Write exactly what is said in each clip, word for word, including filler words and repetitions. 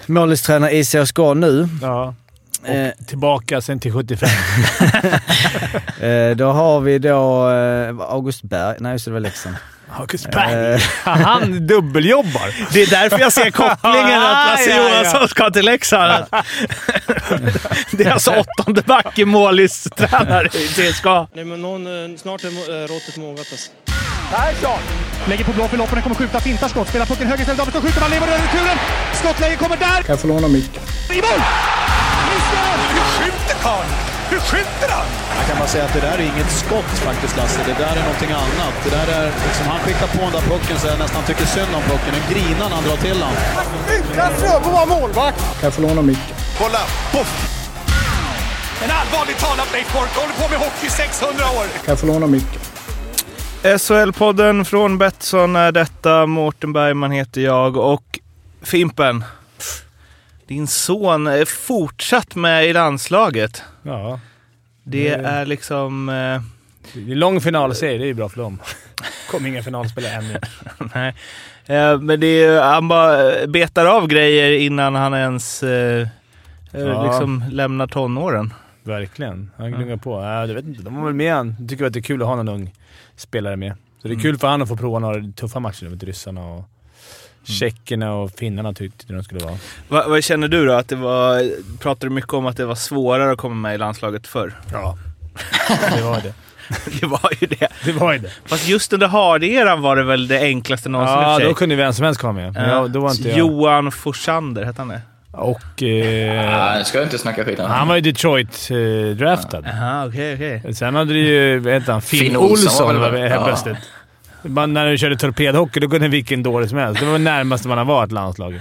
målistränar I C Oska nu. Ja. Och eh, tillbaka sen till sjuttiofem. eh, då har vi då eh, August Berg. Nej, just det var Leksand. August Berg. Eh. Han dubbeljobbar. Det är därför jag ser kopplingen att Lasse ja, ja, Johansson ska till Leksand. Det är alltså åttonde back i målistränare i C S K A. Nej, men någon, snart är råttet mogat alltså. Persson! Lägger på blå för loppen, kommer skjuta, fintar skott. Spelar pucken höger istället, Davidsson skjuter, man lever över returen. Skottläge kommer där! Kan jag få låna micken? I mål! Missar! Hur skjuter Karl? Hur skjuter han? Jag kan bara säga att det där är inget skott faktiskt, Lasse. Det där är någonting annat. Det där är liksom, han skickar på den där pucken så jag nästan tycker synd om pucken. En grinan han drar till han. Utan Fröbo var målvakt! Kan jag få låna micken? Kolla! Puff! En allvarlig talad Leif Boork håller på med hockey sexhundra år. Kan jag få låna micken? S H L-podden från Betsson är detta. Mårten Bergman heter jag och Fimpen, din son är fortsatt med i landslaget. Ja. Det är liksom... Eh... Det är lång finalserie, det är ju bra för dem. Kom inga finalspelare ännu. Nej. Eh, men det är, han bara betar av grejer innan han ens eh, ja. liksom lämnar tonåren. Verkligen. Han gnuggar ja. på. Ja, jag vet inte. De var väl med han. Jag tycker att det är kul att ha någon ung spelare med. Så det är mm. kul för han att få prova några tuffa matcher med ryssarna och mm. tjeckerna och finnarna tyckte de skulle vara. Va, vad känner du då? Att det var, pratade du mycket om att det var svårare att komma med i landslaget förr? Ja, det var det. Det var ju det. Det var ju det. Fast just under Hard-eran var det väl det enklaste någonsin. Ja, då kunde vem som helst komma med. Men jag, då var inte jag. Johan Forsander hette han det. Och... Eh, ja, jag ska inte snacka skit om. Han var ju Detroit-draftad. Eh, Jaha, okej, okay, okej. Okay. Sen hade du ju, vad heter han? Finn, Finn Olsson. Olsson var det helt plötsligt. Man, när du körde torpedhockey, då kunde vilken dålig som helst. Det var närmast man har varit landslaget.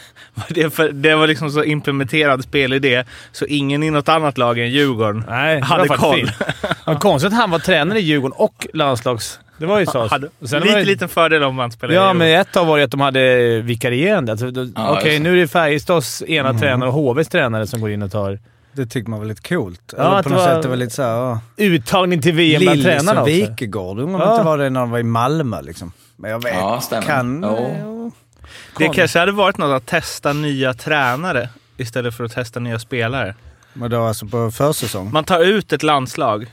Det, för, det var liksom så implementerad spelidé så ingen i något annat lag än Djurgården Nej, hade koll. Det var konstigt att han var tränare i Djurgården och landslags... Det var ju så. Hade, sen lite det... liten fördel om man spelade Ja, i men ett av var ju att de hade vikarierande. Alltså, ja, Okej, okay, nu är det Färjestads ena mm. tränare och H V:s tränare som går in och tar... Det tycker man var lite coolt. Ja, Eller på något var... sätt det var lite så här, ja. Uttagning till V M bland tränarna också. Lillis och Wikegård, om ja. inte var det när de var i Malmö liksom. Men jag vet, ja, stämmer. kan... Oh. Det kanske hade varit något att testa nya tränare istället för att testa nya spelare. Men då alltså på försäsong? Man tar ut ett landslag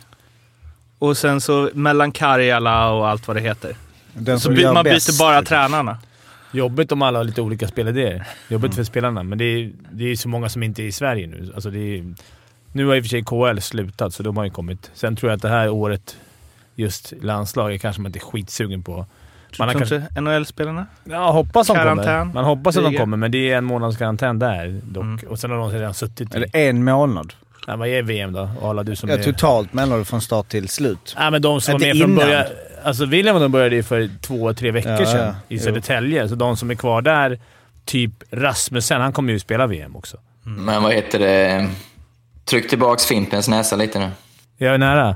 och sen så mellan Karjala och allt vad det heter. Den så by- man byter bäst. Bara tränarna. Jobbigt om alla har lite olika spelidéer. Jobbigt mm. för spelarna. Men det är, det är så många som inte är i Sverige nu. Alltså det är, nu har i och för sig K L slutat så de har ju kommit. Sen tror jag att det här året just landslaget kanske man inte är skitsugen på. Man har kanske N H L-spelarna? Ja, hoppas de karantän. kommer. Man hoppas att de kommer, men det är en månads karantän där dock. Mm. Och sen har de redan suttit i... Är det en månad? Ja, vad är V M då? Och alla du som ja, är... totalt menar du från start till slut? Ja, men de som var med från början... Alltså William och de började ju för två, tre veckor ja, sedan ja. i Södertälje. Så de som är kvar där, typ Rasmussen, han kommer ju spela V M också. Mm. Men vad heter det? Tryck tillbaks Fimpens näsa lite nu. Jag är nära.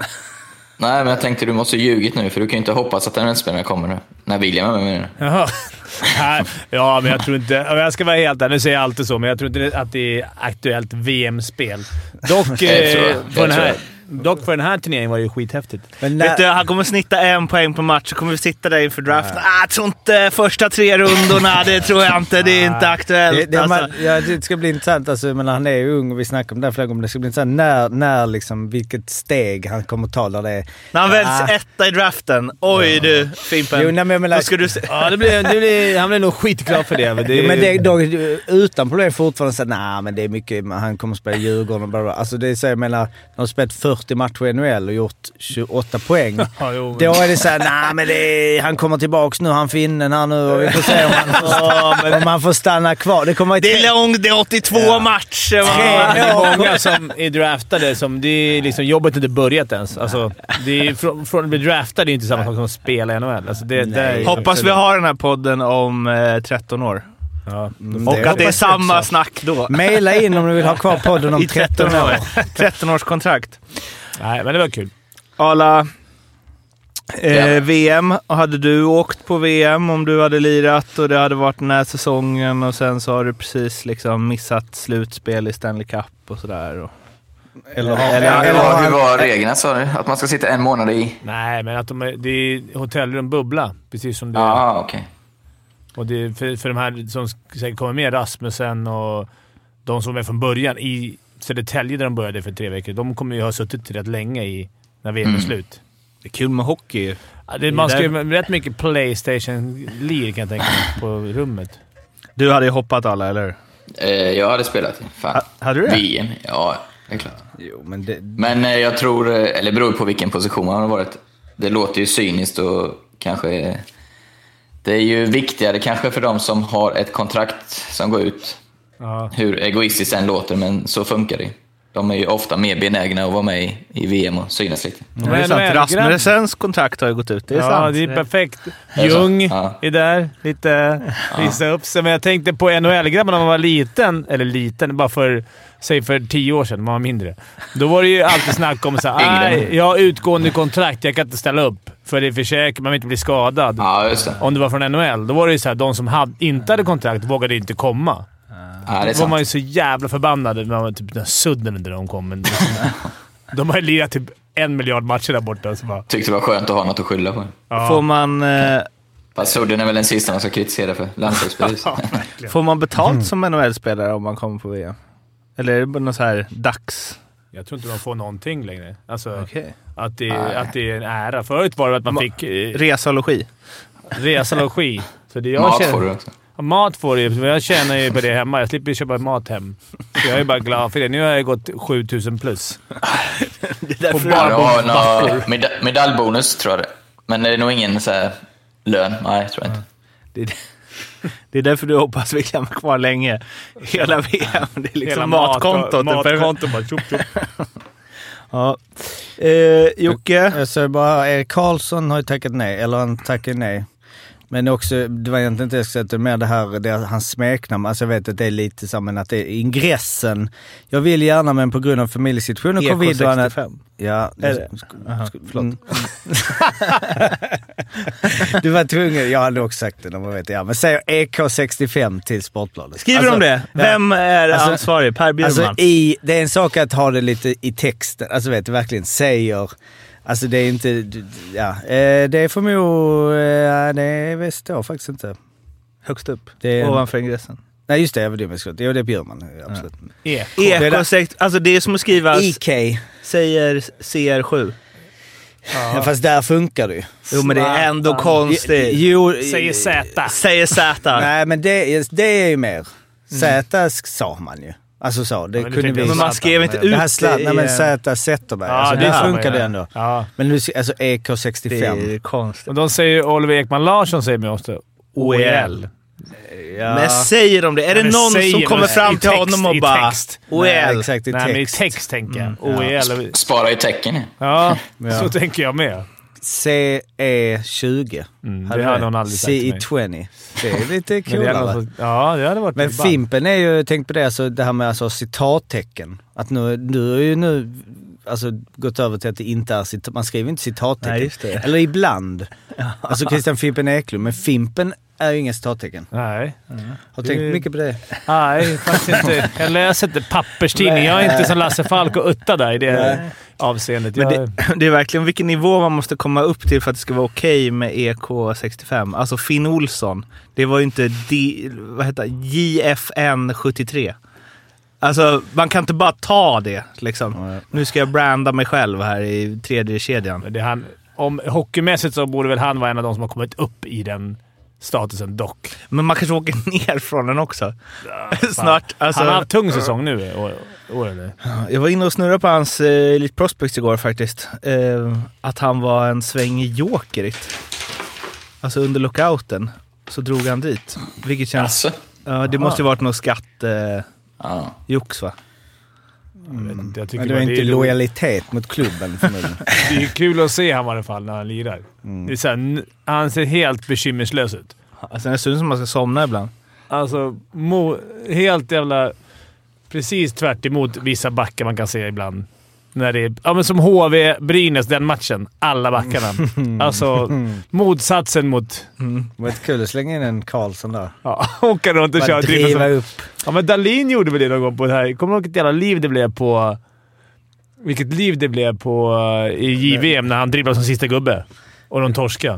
Nej, men jag tänkte du måste ljugit nu, för du kan ju inte hoppas att den här spelaren kommer nu. När William är med nu. Jaha. Ja, men jag tror inte... Jag ska vara helt ärlig, nu säger jag alltid så, men jag tror inte att det är aktuellt V M-spel. Dock, eh, för den här... Dock för den här turneringen var det ju skithäftigt. Men när... Vet du, han kommer snitta en poäng på match så kommer vi sitta där inför draften. Ah, jag tror inte första tre rundorna, det tror jag inte, det är inte aktuellt. Det, det, alltså. man, ja, det ska bli intressant, alltså, men han är ju ung och vi snackar om det flera gånger. Det ska bli intressant när, när liksom, vilket steg han kommer ta där det är. När han väljs ah. etta i draften. Oj ja. du, Fimpen. Jo, nej, men, men, ska du se- ja, det blir, det blir, han blir nog skitglad för det. Men det, ja, men det då, utan problem fortfarande så nej, men det är mycket, han kommer spela Djurgården och bara, bla. Alltså det är så, jag menar, de har spelat fyrtio matcher i N H L och gjort tjugoåtta poäng. Ja, jo, men... Då är det så här, nej men det är, han kommer tillbaks nu, han finnen här nu och vi får se om han får, ja, men... om han får stanna kvar. Det, kommer det är långt, det är åttiotvå ja. matcher. Ja, det är många som är draftade som, det är liksom jobbet inte börjat ens. Alltså, det är, från, från att bli draftad är det inte samma sak som att spela i N H L. Alltså, det, det hoppas vi har den här podden om eh, tretton år. Ja, och det att det är samma också. Snack då. Maila in om du vill ha kvar podden om tretton år. tretton års kontrakt. Nej, men det var kul. Alla eh, ja. V M. Hade du åkt på V M om du hade lirat och det hade varit den här säsongen och sen så har du precis liksom missat slutspel i Stanley Cup och sådär. Och... Eller, eller, eller, eller hur var reglerna, sa du? Att man ska sitta en månad i? Nej, men att de är, det är hotellrum bubbla. Precis som det ah, okay. Och det, för, för de här som säkert kommer med, Rasmussen och de som är från början i Södertälje där de började för tre veckor, de kommer ju ha suttit rätt länge i när V M är mm. slut. Det är kul med hockey. Ja, det, man ska ju rätt mycket PlayStation-lir kan jag tänka mig på rummet. Du hade ju hoppat alla, eller? Eh, jag hade spelat. Fan. Ha, hade du det? V M, ja, det är klart. Jo, men det... men eh, jag tror, eller det beror på vilken position man har varit. Det låter ju cyniskt och kanske... Det är ju viktigare kanske för de som har ett kontrakt som går ut. Ja. Hur egoistiskt än låter, men så funkar det. De är ju ofta mer benägna att vara med i, i V M och synas lite. Mm. Det är sant. Rasmussens kontrakt har ju gått ut. Det är ja, sant. det är perfekt. Ljung ja. är där. Lite visa upp sig. Men jag tänkte på N H L-grabbarna när man var liten. Eller liten, bara för... Säg för tio år sedan, man var mindre. Då var det ju alltid snack om såhär, jag har utgående kontrakt, jag kan inte ställa upp. För det är försök, man vill inte bli skadad. Ja, just det. Om det var från N H L, då var det ju såhär, de som hade, inte hade kontrakt vågade inte komma. Ja, då var man ju så jävla förbannad när man var typ den sudden när de kom. Men liksom, de har ju lirat typ en miljard matcher där borta. Så bara... Tyckte det var skönt att ha något att skylla på. Ja. Får man... Eh... Fast sudden är väl den sista man ska kritisera för landslagsbevis. Ja, får man betalt mm. som N H L-spelare om man kommer på V M? Eller är det bara något så här dags? Jag tror inte man får någonting längre. Alltså, okay. att, det, att det är en ära. Förut var det att man Ma- fick... Eh, resa och logi. Resa och logi. Så det jag mat känner, får du också. Ja, mat får du. Men jag känner ju på det hemma. Jag slipper köpa mat hem. Så jag är bara glad för det. Nu har jag gått sjutusen plus. Det är bara ja, no, med, medaljbonus tror jag det. Men det är nog ingen så här lön. Nej, tror jag inte. Det är, det är därför du hoppas vi kan vara kvar länge. Hela V M. Det är liksom hela matkontot. Matkontot bara tjup, tjup. Ja. Eh, Jocke? Jag säger bara, Erik Karlsson har ju tackat nej. Eller han tackar nej. Men också, det var egentligen inte jag ska säga mer det här, det är hans smeknamn. Alltså jag vet att det är lite så, men att det är ingressen. Jag vill gärna, men på grund av familjesituationen E K sextiofem. Ja, är det? Aha, förlåt. Mm. Du var tvungen, jag hade också sagt det, man vet, ja. Men säger E K sextiofem till Sportbladet. Skriver alltså, de det? Vem är alltså, ansvarig? Per Bjurman? Alltså i, det är en sak att ha det lite i texten, alltså vet du, verkligen säger... Alltså det är inte, ja, det är förmodligen, det visst då faktiskt inte. Högst upp, det är, ovanför ingressen. Nej just det, jag det med det, det blir man absolut. Ja. E K sex, alltså det är som att skriva I K säger C R sju. Ja. Ja, fast där funkar det ju. Jo, men det är ändå konstigt. Jo, säger Z. Säger Z. Nej, men det, det är ju mer. Z mm. sa man ju. Alltså så, det ja, men kunde vi... Men man skrev inte ut det. Här sladd, nej men Z Zetterberg. Ja, alltså, det, det funkar det ändå. Ja. Men nu, alltså E K sextiofem. Det är konstigt. Och de säger Oliver Ekman Larsson säger med oss det. O E L. Ja. Men säger de det? Är det någon som kommer fram till text, honom och bara... Text. O E L. Nej, exakt, i nej, text. men i text tänker jag. Mm. O E L. Ja. Spara i tecken. Ja, ja, så tänker jag med. C E tjugo. Mm, det har någon aldrig sagt C E tjugo. Det är lite coolare. Ja, det hade varit. Men Fimpen är ju, tänk på det, alltså, det här med alltså, citattecken. Att nu, du är ju nu alltså, gått över till att det inte är citat. Man skriver inte citattecken. Nej, just det. Eller ibland. Alltså Christian Fimpen Eklund. Men Fimpen är ju ingen citattecken. Nej. Mm. Har du tänkt det... mycket på det? Nej, faktiskt inte. Jag läser inte papperstidning. Jag är inte som Lasse Falk och Utta där i det Nej. avseendet. Men jag... det, det är verkligen vilken nivå man måste komma upp till för att det ska vara okej med E K sextiofem. Alltså Finn Olsson. Det var ju inte D, vad heter det? J F N sjuttiotre. Alltså, man kan inte bara ta det, liksom. Mm. Nu ska jag branda mig själv här i tredje kedjan. Det han, om hockeymässigt så borde väl han vara en av de som har kommit upp i den statusen dock. Men man kanske åker ner från den också. Ja, snart. Alltså, han har haft tung säsong nu. År, år, jag var inne och snurrade på hans eh, Elite Prospects igår faktiskt. Eh, att han var en sväng i jokerigt. Alltså under lockouten så drog han dit. Vilket känns... Alltså. Ja, det måste ju varit någon skatt... Eh, Ah. jox va? Mm. Jag tycker men det är inte lojalitet lo- mot klubben förmodligen. Det är kul att se han i alla fall när han lirar. Mm. Det är så här, han ser helt bekymmerslös ut. Alltså det ser ut som man ska somna ibland. Alltså mo- helt jävla precis tvärt emot vissa backar man kan se ibland. När det är, ja men som H V Brynäs den matchen. Alla backarna. Alltså motsatsen mot... Mm. Det var ett kul att slänga in en Karlsson där. Ja, åka runt och köra. Driva upp. Ja men Dahlin gjorde väl det någon gång på det här. Kommer du ihåg vilket jävla liv det blev på... Vilket liv det blev på i J V M när han dribblade som sista gubbe. Och de torska.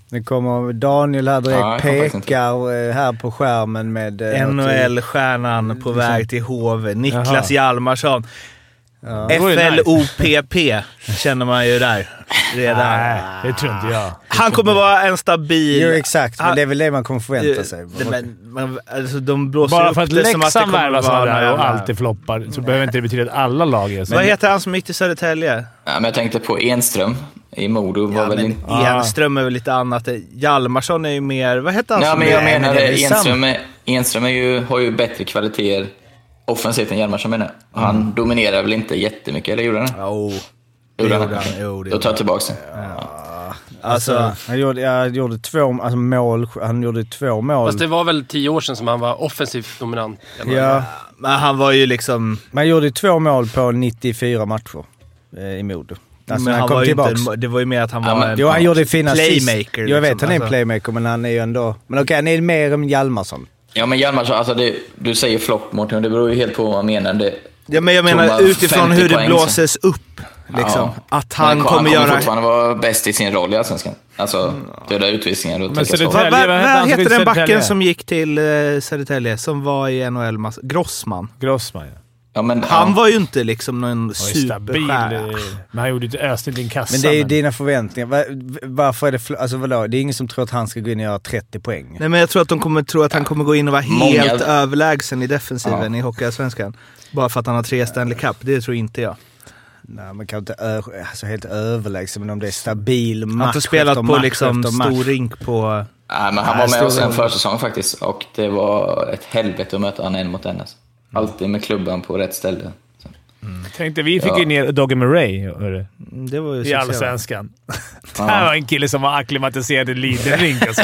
Nu kommer Daniel här direkt, ja, pekar här på skärmen med... N H L-stjärnan på väg till H V. Niklas Hjalmarsson. Ja. F L O P P känner man ju där redan. Nej, det tror inte jag. Han kommer vara en stabil... Jo, exakt. Men det är väl det man kommer förvänta sig. Det, men, man, alltså, de blåser bara upp för att det som att det kommer värva vara där och alltid floppar så behöver inte det betyda att alla lag är så. Vad heter han som gick till Södertälje? Ja, men jag tänkte på Enström i Modo. Var ja, väl men in... Enström är väl lite annat. Hjalmarsson är ju mer... Vad heter han? Ja, som men jag är... menar det. Enström, är, Enström är ju, har ju bättre kvaliteter offensivt än Hjalmarsson menar. Han mm. dominerar väl inte jättemycket, eller gjorde han? Jo, det gjorde han. Jo, det Då tar jag tillbaka det. Ja. Alltså, han gjorde, jag gjorde två alltså mål, han gjorde två mål. Fast det var väl tio år sedan som han var offensivt dominant. Ja, men han var ju liksom... Man gjorde två mål på nittiofyra matcher eh, i Modo. Alltså, men han, han kom var tillbaks. Inte, det var ju mer att han ja, var en jo, han gjorde fina playmaker. Jag vet, liksom. han är en alltså. playmaker, men han är ju ändå... Men okej, okay, han är mer än Hjalmarsson. Ja, men Hjalmarsson, alltså det, du säger flopp, Mårten, det beror ju helt på vad man menar. Det, ja, men jag menar utifrån hur det blåses upp. Liksom. Ja. Att han, han kommer, kommer göra... Han fortfarande vara bäst i sin roll i Allsvenskan. Alltså, döda utvisningar och men Södertälje, vad, vad, vad heter den backen som gick till uh, Södertälje, som var i N H L? Grossman. Grossman, ja. Ja, men, han ja. var ju inte liksom någon superstjärna. Men han gjorde ett ösnigt i en kassa. Men det är ju men... dina förväntningar. Var, varför är det... Fl- alltså vadå? Det är ingen som tror att han ska gå in och göra trettio poäng. Nej, men jag tror att de kommer tro att han kommer gå in och vara Många... helt överlägsen i defensiven ja. i Hockeyallsvenskan. Bara för att han har tre Stanley Cup. Det tror inte jag. Nej, man kan inte ö- alltså helt överlägsen, men om det är stabil match. Han har inte spelat på liksom stor rink på... Nej, men han var med oss en försäsong faktiskt. Och det var ett helvete att möta han en mot en. Alltså. Alltid med klubban på rätt ställe. Mm. Tänkte, vi fick ja. ju ner Doggy Murray hörru, det var ju i Allsvenskan. Det här var en kille som var akklimatiserad i Lidenrink. Alltså.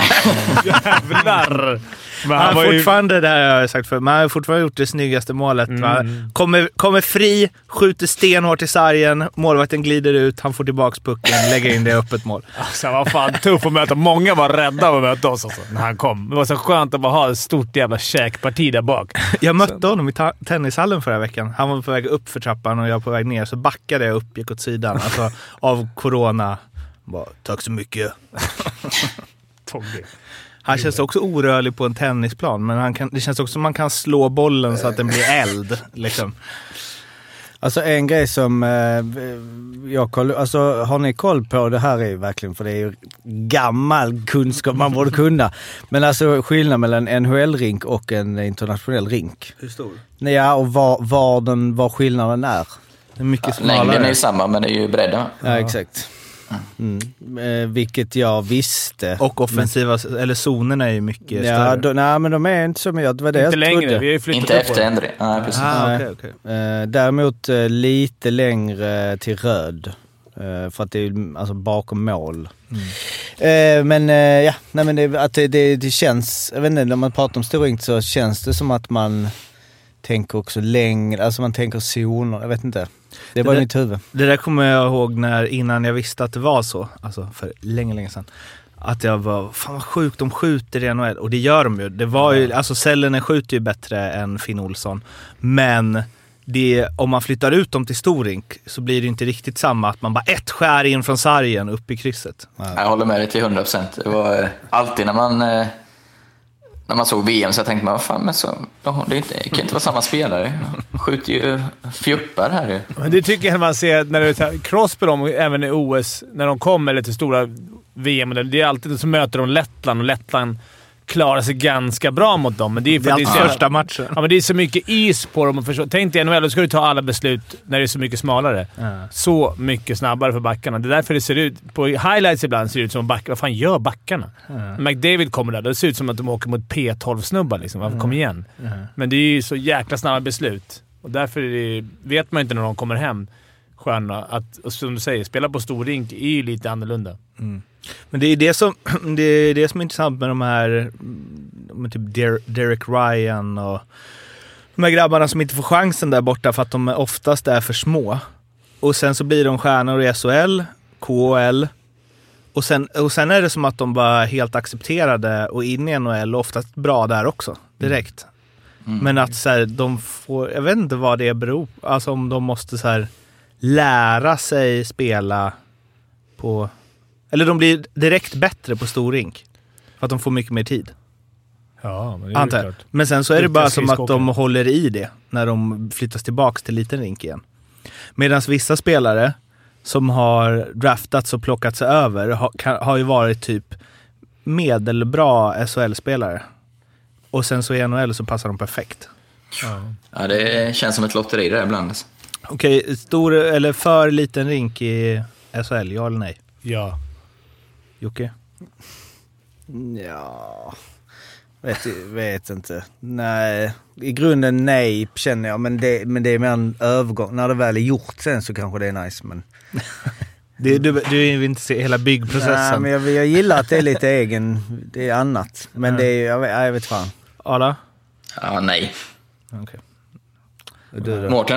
Jävlar! Men han, han var fortfarande, ju... det här har jag sagt för, men han har fortfarande gjort det snyggaste målet. Mm. Kommer, kommer fri, skjuter stenhårt i sargen, målvakten glider ut, han får tillbaks pucken, lägger in det öppet mål. Alltså, vad fan tuff att möta. Många var rädda att möta oss alltså, när han kom. Det var så skönt att bara ha ett stort jävla käkparti där bak. Jag mötte så. honom i ta- tennishallen förra veckan. Han var på väg upp för trappan och jag var på väg ner, så backade jag upp, gick åt sidan. Alltså av corona. Bara, tack så mycket. Tog det. Han känns också orörlig på en tennisplan, men han kan, det känns också som man kan slå bollen så att den blir eld. Liksom. Alltså en grej som eh, jag koll, alltså har ni koll på, det här är ju verkligen, för det är ju gammal kunskap man borde kunna. Men alltså skillnad mellan en N H L-rink och en internationell rink. Hur stor? Nej, ja, och var, var, den, var skillnaden är. Det är mycket ja, smalare. Längden är ju samma, men det är ju bredden. Ja, exakt. Mm. Eh, vilket jag visste. Och offensiva, men, eller zonerna är ju mycket ja, större. Då, nej, men de är inte så mycket. Det var det inte jag längre, trodde. vi har ju inte efter ändring. Nej, precis. Ah, okay, okay. Eh, däremot eh, lite längre till röd. Eh, för att det är alltså bakom mål. Mm. Eh, men eh, ja, nej, men det, att det, det, det känns, jag vet inte, när man pratar om storrink så känns det som att man tänker också längre, alltså man tänker zoner, jag vet inte. Det var det i mitt huvud. Det där kommer jag ihåg när, innan jag visste att det var så, alltså för länge, länge sedan. Att jag var, fan vad sjukt, de skjuter i N H L. Och det gör de ju. Det var ju, alltså Sellenen skjuter ju bättre än Finn Olsson. Men det, om man flyttar ut dem till storrink så blir det inte riktigt samma. Att man bara ett skär in från sargen upp i krysset. Jag håller med dig till hundra procent. Det var alltid när man... När man såg V M så tänkte man, vad fan, men så, det, inte, det kan inte vara samma spelare. De skjuter ju fjuppar här ju. Men det tycker jag när man ser, när det är Crosby de, även i O S, när de kommer eller till stora V M, det är alltid så möter de Lettland och Lettland klarar sig ganska bra mot dem. Men det är för det är det är så, första matchen. Ja, men det är så mycket is på dem. Och förstå, tänk dig i N H L, då ska du ta alla beslut när det är så mycket smalare. Mm. Så mycket snabbare för backarna. Det är därför det ser ut... På highlights ibland ser det ut som backar. Vad fan gör backarna? Mm. McDavid kommer där. Det ser ut som att de åker mot P tolv-snubbar. Liksom. Mm. Kom igen. Mm. Men det är ju så jäkla snabba beslut. Och därför är det, vet man inte när de kommer hem, stjärnorna, att, som du säger, spela på stor rink är ju lite annorlunda. Mm. Men det är det som det är det som är intressant med de här, med typ Derek Ryan och de här grabbarna som inte får chansen där borta för att de oftast är för små. Och sen så blir de stjärnor i S H L, K H L och sen, och sen är det som att de bara helt accepterade och in i N H L och oftast bra där också, direkt. Mm. Men att så här, de får, jag vet inte vad det beror på, alltså om de måste så här lära sig spela på Eller de blir direkt bättre på stor rink. För att de får mycket mer tid. Ja, men det är Antar. klart. Men sen så är det bara som att de skridskåkare. håller i det när de flyttas tillbaks till liten rink igen. Medan vissa spelare som har draftats och plockats över har, kan, har ju varit typ medelbra S H L-spelare. Och sen så i N H L så passar de perfekt. Ja, ja det känns som ett lotteri där ibland. Alltså. Okej, stor eller för liten rink i S H L, ja eller nej? ja. Jocke? Ja... Vet, vet inte. Nej, i grunden nej känner jag, men det, men det är mer en övergång. När det väl är gjort sen så kanske det är nice, men... Du, du, du vill inte se hela byggprocessen. Nej, men jag, jag gillar att det är lite egen, det är annat. Men mm. det är, jag vet, jag vet fan. Alla? Ja, nej. Okej. Okay. Mårten?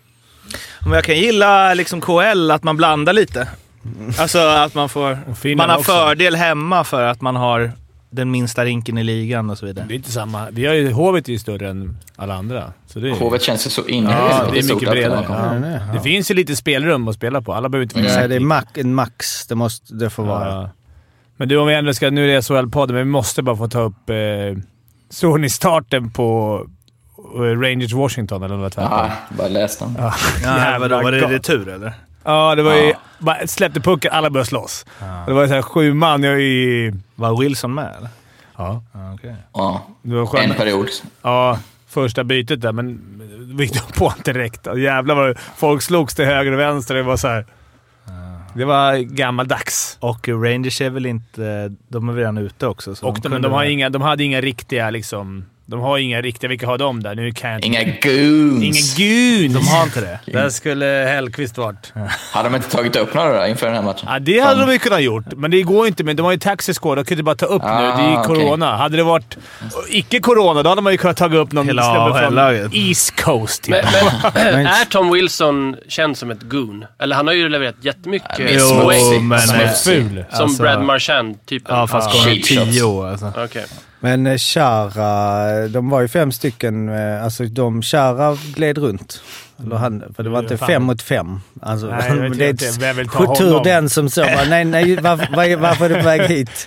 Men jag kan gilla liksom K L, att man blandar lite. Alltså att man får... Man har också fördel hemma för att man har den minsta rinken i ligan och så vidare. Det är inte samma. Vi har ju, Hovet är ju större än alla andra. Så det är, Hovet känns ju så in i ja, det är mycket bredare. Ja. Ja. Det finns ju lite spelrum att spela på. Alla behöver inte vara Nej, det är max, en max. Det måste det får vara. Ja. Men du, om vi ändå ska... Nu är det S H L-podden, men vi måste bara få ta upp eh, Sony-starten på eh, Rangers Washington, eller något tvärtom. Ja, bara läs den. Ja, ja, vadå, var det retur, eller? Ja, det var ja. ju... Bara släppte pucken, alla började slåss. Ja. Det var ju så här sju man i... Var Wilson med, eller? Ja. Ja, okay. Ja. Det var en period. Ja, första bytet där, men vi gick på direkt. Jävlar vad folk slogs till höger och vänster. Det var så här... Det var gammaldags. Och Rangers är väl inte... De är redan ute också. Så och de, de, de, har inga, de hade inga riktiga liksom... De har inga riktiga... Vilka har de där? Nu kan jag inte... Inga goons! Inga goons! De har inte det. Där skulle Hellqvist varit. Ja. Hade de inte tagit upp några då inför den här matchen? Ja, det hade Som... de ju kunnat gjort. Men det går inte. Men de har ju taxiscore. De kunde inte bara ta upp ah, nu. Det är ju corona. Okay. Hade det varit icke-corona, då hade man ju kunnat ta upp någon hela, från East Coast. Men, men, är Tom Wilson känd som ett goon? Eller han har ju levererat jättemycket jo, men som är ful. Som alltså, Brad Marchand typen. Ja, fast går ah, tio år. Alltså. Okay. Men Chara, de var ju fem stycken, alltså de Chara gled runt. Eller han, för det var inte fem mot fem. Alltså, nej, vet det är inte. Vem vill ta tur honom? Den som så, bara, nej, nej, varför, var, varför är du på väg hit?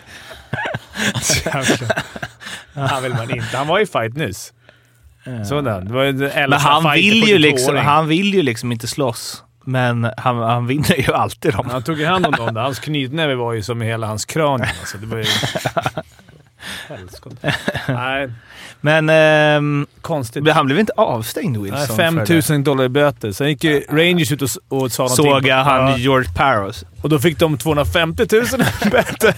Han vill man inte. Han var i fight nyss. Sådan. Det var Men han vill, ju liksom, han vill ju liksom inte slåss. Men han, han vinner ju alltid dem. Han tog ju hand om dem där. Hans knytnäve var ju som i hela hans kranium. Alltså, det var ju... Nej. Men ehm, konstigt. Han blev inte avstängd, Wilson. fem tusen dollar i böter. Sen gick ju Rangers ut och, och sa någonting. Såg jag han ja. George Parros. Och då fick de tvåhundrafemtio tusen böter.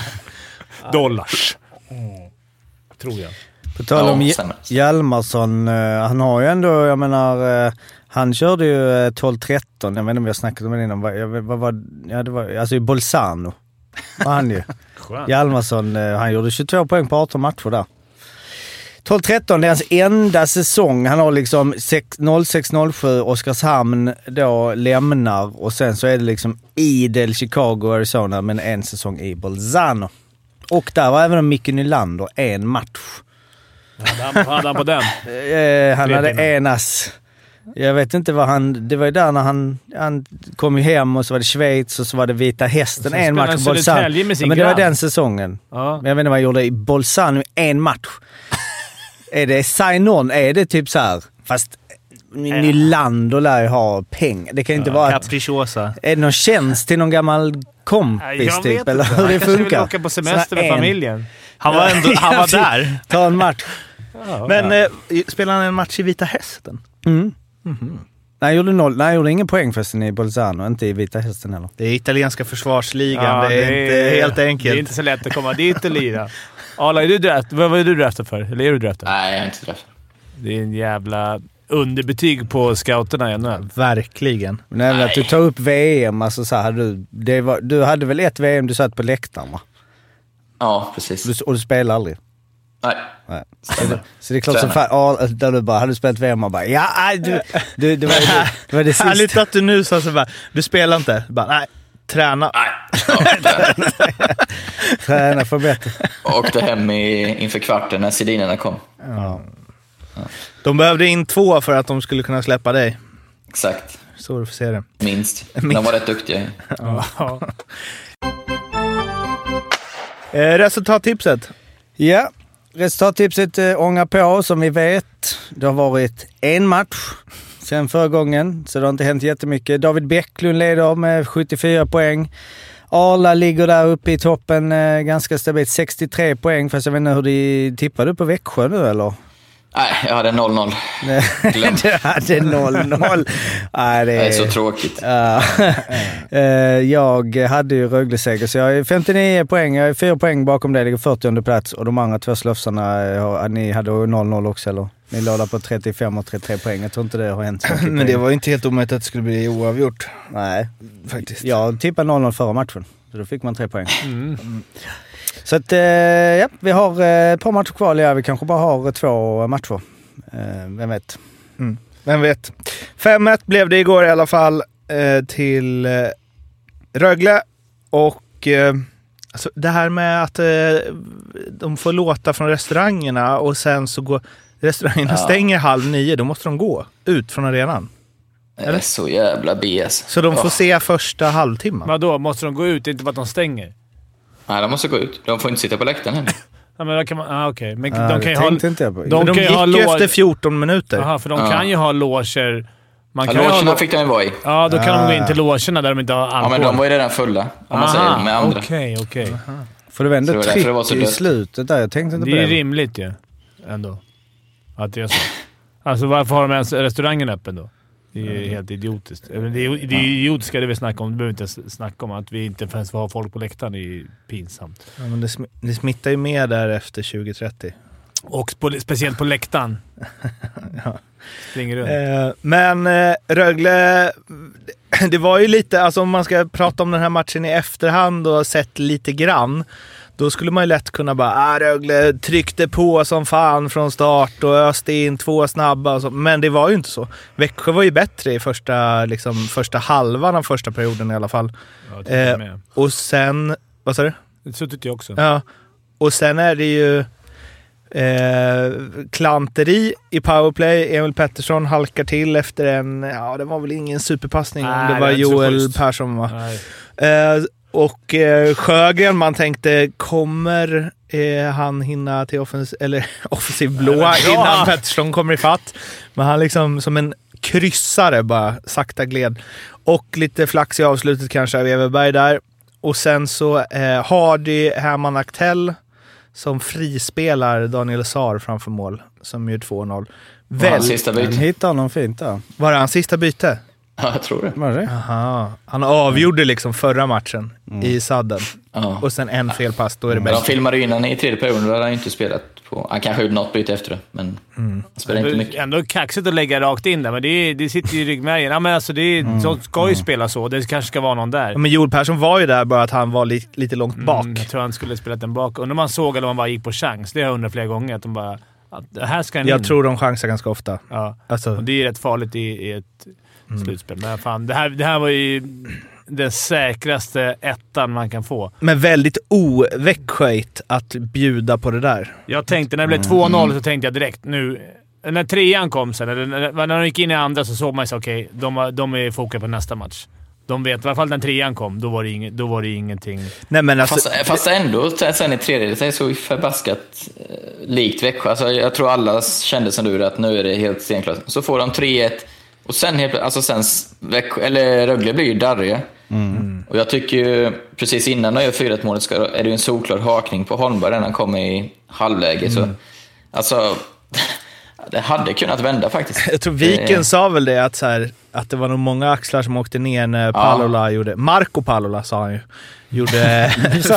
Dollars. Mm. Tror jag. På tal om ja, Hjalmarsson, han har ju ändå, jag menar, han körde ju tolv tretton. Jag vet inte om jag snackat om det innan. Vad, vad, vad, ja, det var, alltså i Bolzano var han ju. Hjalmarsson, han gjorde tjugotvå poäng på arton matcher där. tolv tretton, det är hans enda säsong. Han har liksom noll sex noll sju, Oskarshamn då lämnar och sen så är det liksom idel Chicago, Arizona, men en säsong i Bolzano. Och där var även Micke Nylander en match. Vad hade han på den? eh, han hade en ass. Jag vet inte vad han... Det var ju där när han, han kom ju hem och så var det Schweiz och så var det Vita Hästen. En match på Bolzano. Ja, men det var den säsongen. Ja. Men jag vet inte vad han gjorde i Bolzano. En match. Är det sign-on? Är det typ så här? Fast Nylander lär ju ha pengar. Det kan inte ja, vara att... Capricciosa. Är det någon tjänst till någon gammal kompis jag typ? Vet eller hur det funkar? Jag vill åka på semester med familjen. Han var ändå han var där. Ta en match. Ja, men ja. Eh, spelade han en match i Vita Hästen? Mm. Mm-hmm. Nej, jag gjorde noll. Nej, jag gjorde ingen poäng förresten i Bolzano, inte i Vita Hästen heller. Det är italienska försvarsligan, ja, det, är det är inte helt enkelt. Det är inte så lätt att komma dit och lira. Ala, är du draft? Vad är du draftad för? Eller är du draftad? Nej, jag är inte draftad. Det är en jävla underbetyg på scouterna i N H L. Verkligen. Men även att du tar upp V M, alltså så hade du, det var, du hade väl ett V M du satt på läktaren, va? Ja, precis. Du, och du spelar aldrig? Nej. Nej. Så, det, så det är klart som fan, ja, där du bara, hade du spelat V M och bara, ja, du, du, det var det, det, var det sista. Härligt att du nu sa så bara, du spelar inte. Bara, nej, träna. Nej. Ja, träna för bättre. Åkte hem i, inför kvarten när Sedinerna kom. Ja. Ja. De behövde in två för att de skulle kunna släppa dig. Exakt. Så du får se det. Minst. De var rätt duktiga. Ja. Eh, resultattipset? Ja, resultattipset äh, ångar på som vi vet. Det har varit en match sen förra gången, så det har inte hänt jättemycket. David Bäcklund leder med sjuttiofyra poäng. Arla ligger där uppe i toppen äh, ganska stabilt, sextiotre poäng. Fast jag vet inte hur de tippade på Växjö nu eller? Nej, jag hade noll noll. Du hade noll noll. Nej, det, är... det är så tråkigt. Uh, jag hade ju Rögle-seger, så jag är femtionio poäng. Jag är fyra poäng bakom det, ligger fyrtionde plats. Och de andra två slöfsarna, ni hade noll noll också, eller? Ni låg på trettiofem och trettiotre poäng. Jag tror inte det har hänt så mycket. Men det var inte helt omöjligt att det skulle bli oavgjort. Nej, faktiskt. Jag tippade noll noll förra matchen, så då fick man tre poäng. Mm. Mm. Så att, ja, vi har ett par matcher kvar. Ja, vi kanske bara har två matcher. Vem vet? Mm. Vem vet? fem ett blev det igår i alla fall till Rögle. Och alltså, det här med att de får låta från restaurangerna och sen så går restaurangerna ja. stänger halv nio. Då måste de gå ut från arenan. Det är så jävla B S. Så de får oh. se första halvtimman. Vadå? Måste de gå ut? Inte för att de stänger? Nej, de måste gå ut. De får inte sitta på läktaren heller. Ja, men då kan man... Ah, okej. Okay. Men ah, de kan ju ha... Inte jag på. De, de gick ju efter fjorton minuter. Jaha, för de ja. kan ju ha loger. Man ja, kan logerna ha... fick de ju vara i. Ja, då kan ah. de gå in till logerna där de inte har alkohol. Ja, men de var ju redan fulla. Om man säger med andra. Okej, okay, okej. Okay. För det var ändå så tryck det var i dött. slutet där. Jag tänkte inte det på det. Det är rimligt ju. Ja, ändå. Att det är så. Alltså varför har de ens restaurangen öppen då? Det är mm. helt idiotiskt. Det är, det är idiotiska det vi snackar om. Det behöver vi inte snacka om. Att vi inte ens får ha folk på läktaren är pinsamt. Ja, men det, sm- det smittar ju med där efter tjugo trettio. Och på, speciellt på läktaren. ja. Springer runt. Eh, men eh, Rögle... Det var ju lite... Alltså om man ska prata om den här matchen i efterhand och sett lite grann... Då skulle man ju lätt kunna bara, ah, Rögle tryckte på som fan från start och öste in två snabba. Och så. Men det var ju inte så. Växjö var ju bättre i första, liksom, första halvan av första perioden i alla fall. Ja, eh, och sen, vad sa du? Det så tyckte jag också. Ja, och sen är det ju eh, klanteri i powerplay. Emil Pettersson halkar till efter en, ja det var väl ingen superpassning. Nej, om det var det Joel Persson va? Eh, Och eh, Sjögren, man tänkte, kommer eh, han hinna till offens- eller offensiv blåa innan Pettersson kommer i fatt? Men han liksom som en kryssare bara sakta gled. Och lite flax i avslutet kanske av Everberg där. Och sen så eh, Hardy Herman Aktell som frispelar Daniel Saar framför mål som gör två noll. Väl, sista byte. Han hittar honom fint där. Var det hans sista byte? Ja, jag tror det. Var det? Aha. Han avgjorde liksom förra matchen mm. i sadden. Ja. Och sen en felpass, då är det mm. bäst. De filmade ju innan i tredje perioden, då hade han inte spelat på... Han kanske gjorde något byte efter det, men mm. han spelar inte mycket. Ändå kaxigt att lägga rakt in där, men det, det sitter ju i ryggmärgen. Ja, men alltså det är, mm. så ska ju mm. spela så. Det kanske ska vara någon där. Ja, men Joel Persson var ju där, bara att han var li- lite långt bak. Mm, jag tror han skulle spela den bak. Undrar man såg eller om man bara gick på chans. Det har jag undrat flera gånger. Att de bara... Att här ska jag in. tror de chansar ganska ofta. Ja, alltså. Och det är rätt farligt i, i ett... Mm. slutspel. Men fan, det här, det här var ju den säkraste ettan man kan få. Men väldigt oväxsköjt att bjuda på det där. Jag tänkte, när det blev två noll så tänkte jag direkt nu... När trean kom sen, eller när, när de gick in i andra så såg man sig okej, okay, de, de är fokade på nästa match. De vet, i alla fall när trean kom, då var det, ing, då var det ingenting... Nej, men alltså, fast, fast ändå, sen i tredje, det är så förbaskat eh, likt Växjö. Alltså, jag tror alla kände som du att nu är det helt stenklart. Så får de tre ett. Och sen, helt, alltså sen eller Rögle blir ju darriga. Mm. Och jag tycker ju, precis innan de gör fyra ett målet är det ju en solklar hakning på Holmberg när han kommer i halvläge. Mm. Så, alltså, det hade kunnat vända faktiskt. Jag tror Viken det... sa väl det, att, så här, att det var nog många axlar som åkte ner när Palola ja. gjorde... Marco Palola sa han ju. Gjorde...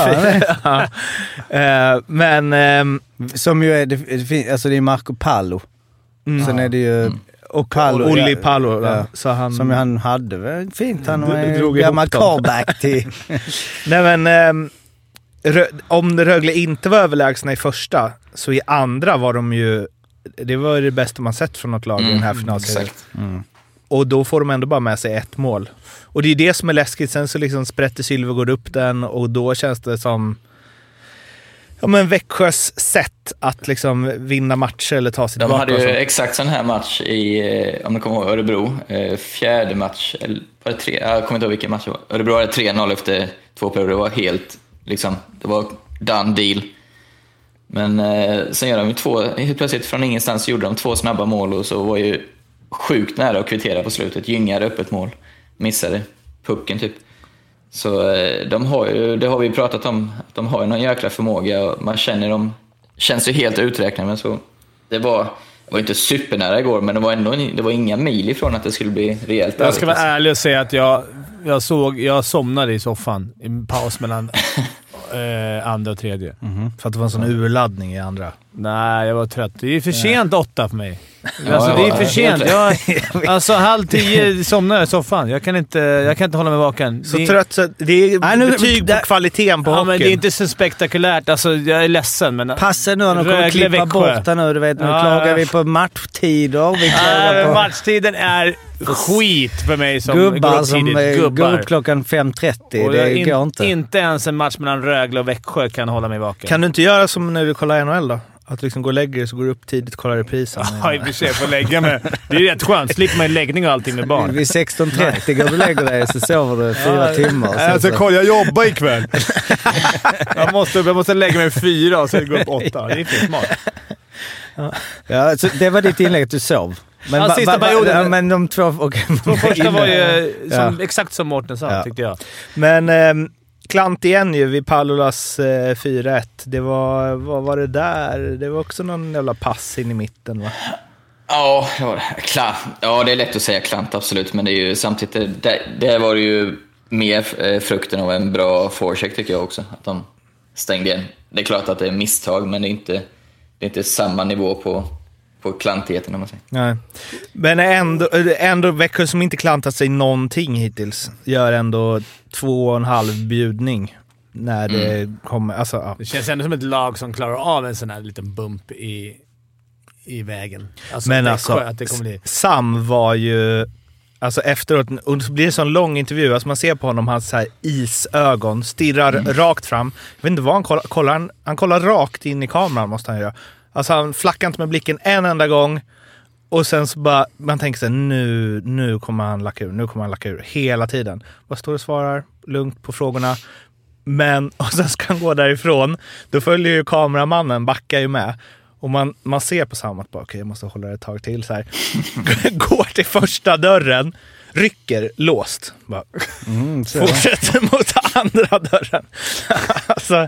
ja. uh, men... Um, som ju är... Det, alltså det är Marco Palo. Mm. Sen är det ju... Mm. Och Palo, Olli Palo, ja. Så han, som han hade väl fint. Han var en gammal callback till... Nej men, um, rö- om Rögle inte var överlägsna i första, så i andra var de ju... Det var det bästa man sett från något lag mm, i den här finalserien. Mm. Och då får de ändå bara med sig ett mål. Och det är det som är läskigt. Sen så liksom sprätter Sylvegård upp den och då känns det som... Ja, men Växjös sätt att liksom vinna matcher eller ta sig de tillbaka. De hade ju exakt sån här match i, om du kommer ihåg, Örebro. Fjärde match, eller var det tre? Jag kommer inte ihåg vilken match det var. Örebro hade tre noll efter två perioder. Det var helt, liksom, det var done deal. Men eh, sen gör de ju två, helt plötsligt från ingenstans gjorde de två snabba mål och så var ju sjukt nära att kvittera på slutet. Gyngade upp ett mål, missade pucken typ. Så eh, de har ju, det har vi pratat om, att de har ju någon jäkla förmåga och man känner dem, känns ju helt uträknade, men så det var, det var inte supernära igår, men det var ändå det var inga mil ifrån att det skulle bli rejält. Jag ska vara ärlig och säga att jag, jag såg, jag somnade i soffan i paus mellan eh, andra och tredje. Mm-hmm. För att det var en sån urladdning i andra. Nej, jag var trött. Det är för sent åtta för mig. Ja, alltså, det är för ja, sent. Jag, alltså halv tio somnar jag i soffan. Jag kan inte, jag kan inte hålla mig vaken. Så det, trött så det är Nej, nu, betyg på kvaliteten på ja, hockeyn. Men det är inte så spektakulärt. Alltså, jag är ledsen. Men passa nu när de kommer klippa Växjö. bort det nu. Du vet, nu ja, klagar ja. vi på matchtider. Vi klagar på matchtiden är skit för mig som gubbar går som tidigt. Gubbar. går upp klockan fem trettio. Det in, går inte. Inte ens en match mellan Rögle och Växjö kan hålla mig vaken. Kan du inte göra som när du kollar N H L då? Att liksom gå och lägga dig så går du upp tidigt och kollar reprisen. Ja, i och för sig får lägga mig. Det är ju rätt skönt. Slipper man läggning och allting med barn. Vid sexton trettio går du och lägger dig så sover du fyra ja, timmar. Alltså kolla, jag jobbar ikväll. jag, måste, jag måste lägga mig fyra och sen gå upp åtta. Det är för smart. Ja, ja så det var ditt inlägg att du sov. Men, ja, ba, sista ba, perioden. Ja, men de två... Okay, de första var ju som, ja. exakt som Mårten sa, ja. tyckte jag. Men... Eh, klant igen ju vid Pallolas eh, fyra ett. Det var, vad var det där? Det var också någon jävla pass in i mitten, va? Ja, det var det. Klar. Ja, det är lätt att säga klant, absolut. Men det är ju samtidigt, det, det var ju mer frukten av en bra forecheck tycker jag också. Att de stängde igen. Det är klart att det är misstag, men det är inte, det är inte samma nivå på, på klantigheten om man säger. Nej. Men ändå, ändå Växjö som inte klantat sig någonting hittills gör ändå två och en halv bjudning när det mm. kommer. Alltså, ja. Det känns ändå som ett lag som klarar av en sån här liten bump i, i vägen. Alltså, men det alltså, att det kommer bli. Sam var ju... Alltså efteråt, och så blir det en sån lång intervju, alltså man ser på honom, hans så här isögon stirrar mm. rakt fram. Jag vet inte vad han kollar, kollar han, han kollar rakt in i kameran måste han göra. Alltså han flackar inte med blicken en enda gång. Och sen så bara, man tänker sig nu, nu kommer han lacka ur, nu kommer han lacka ur hela tiden. Bara står och svarar lugnt på frågorna. Men, och sen ska han gå därifrån. Då följer ju kameramannen, backar ju med. Och man, man ser på samma att bara, okej, okay, jag måste hålla det ett tag till så här. Går till första dörren, rycker, låst. Bara, mm, fortsätter mot andra dörren. alltså,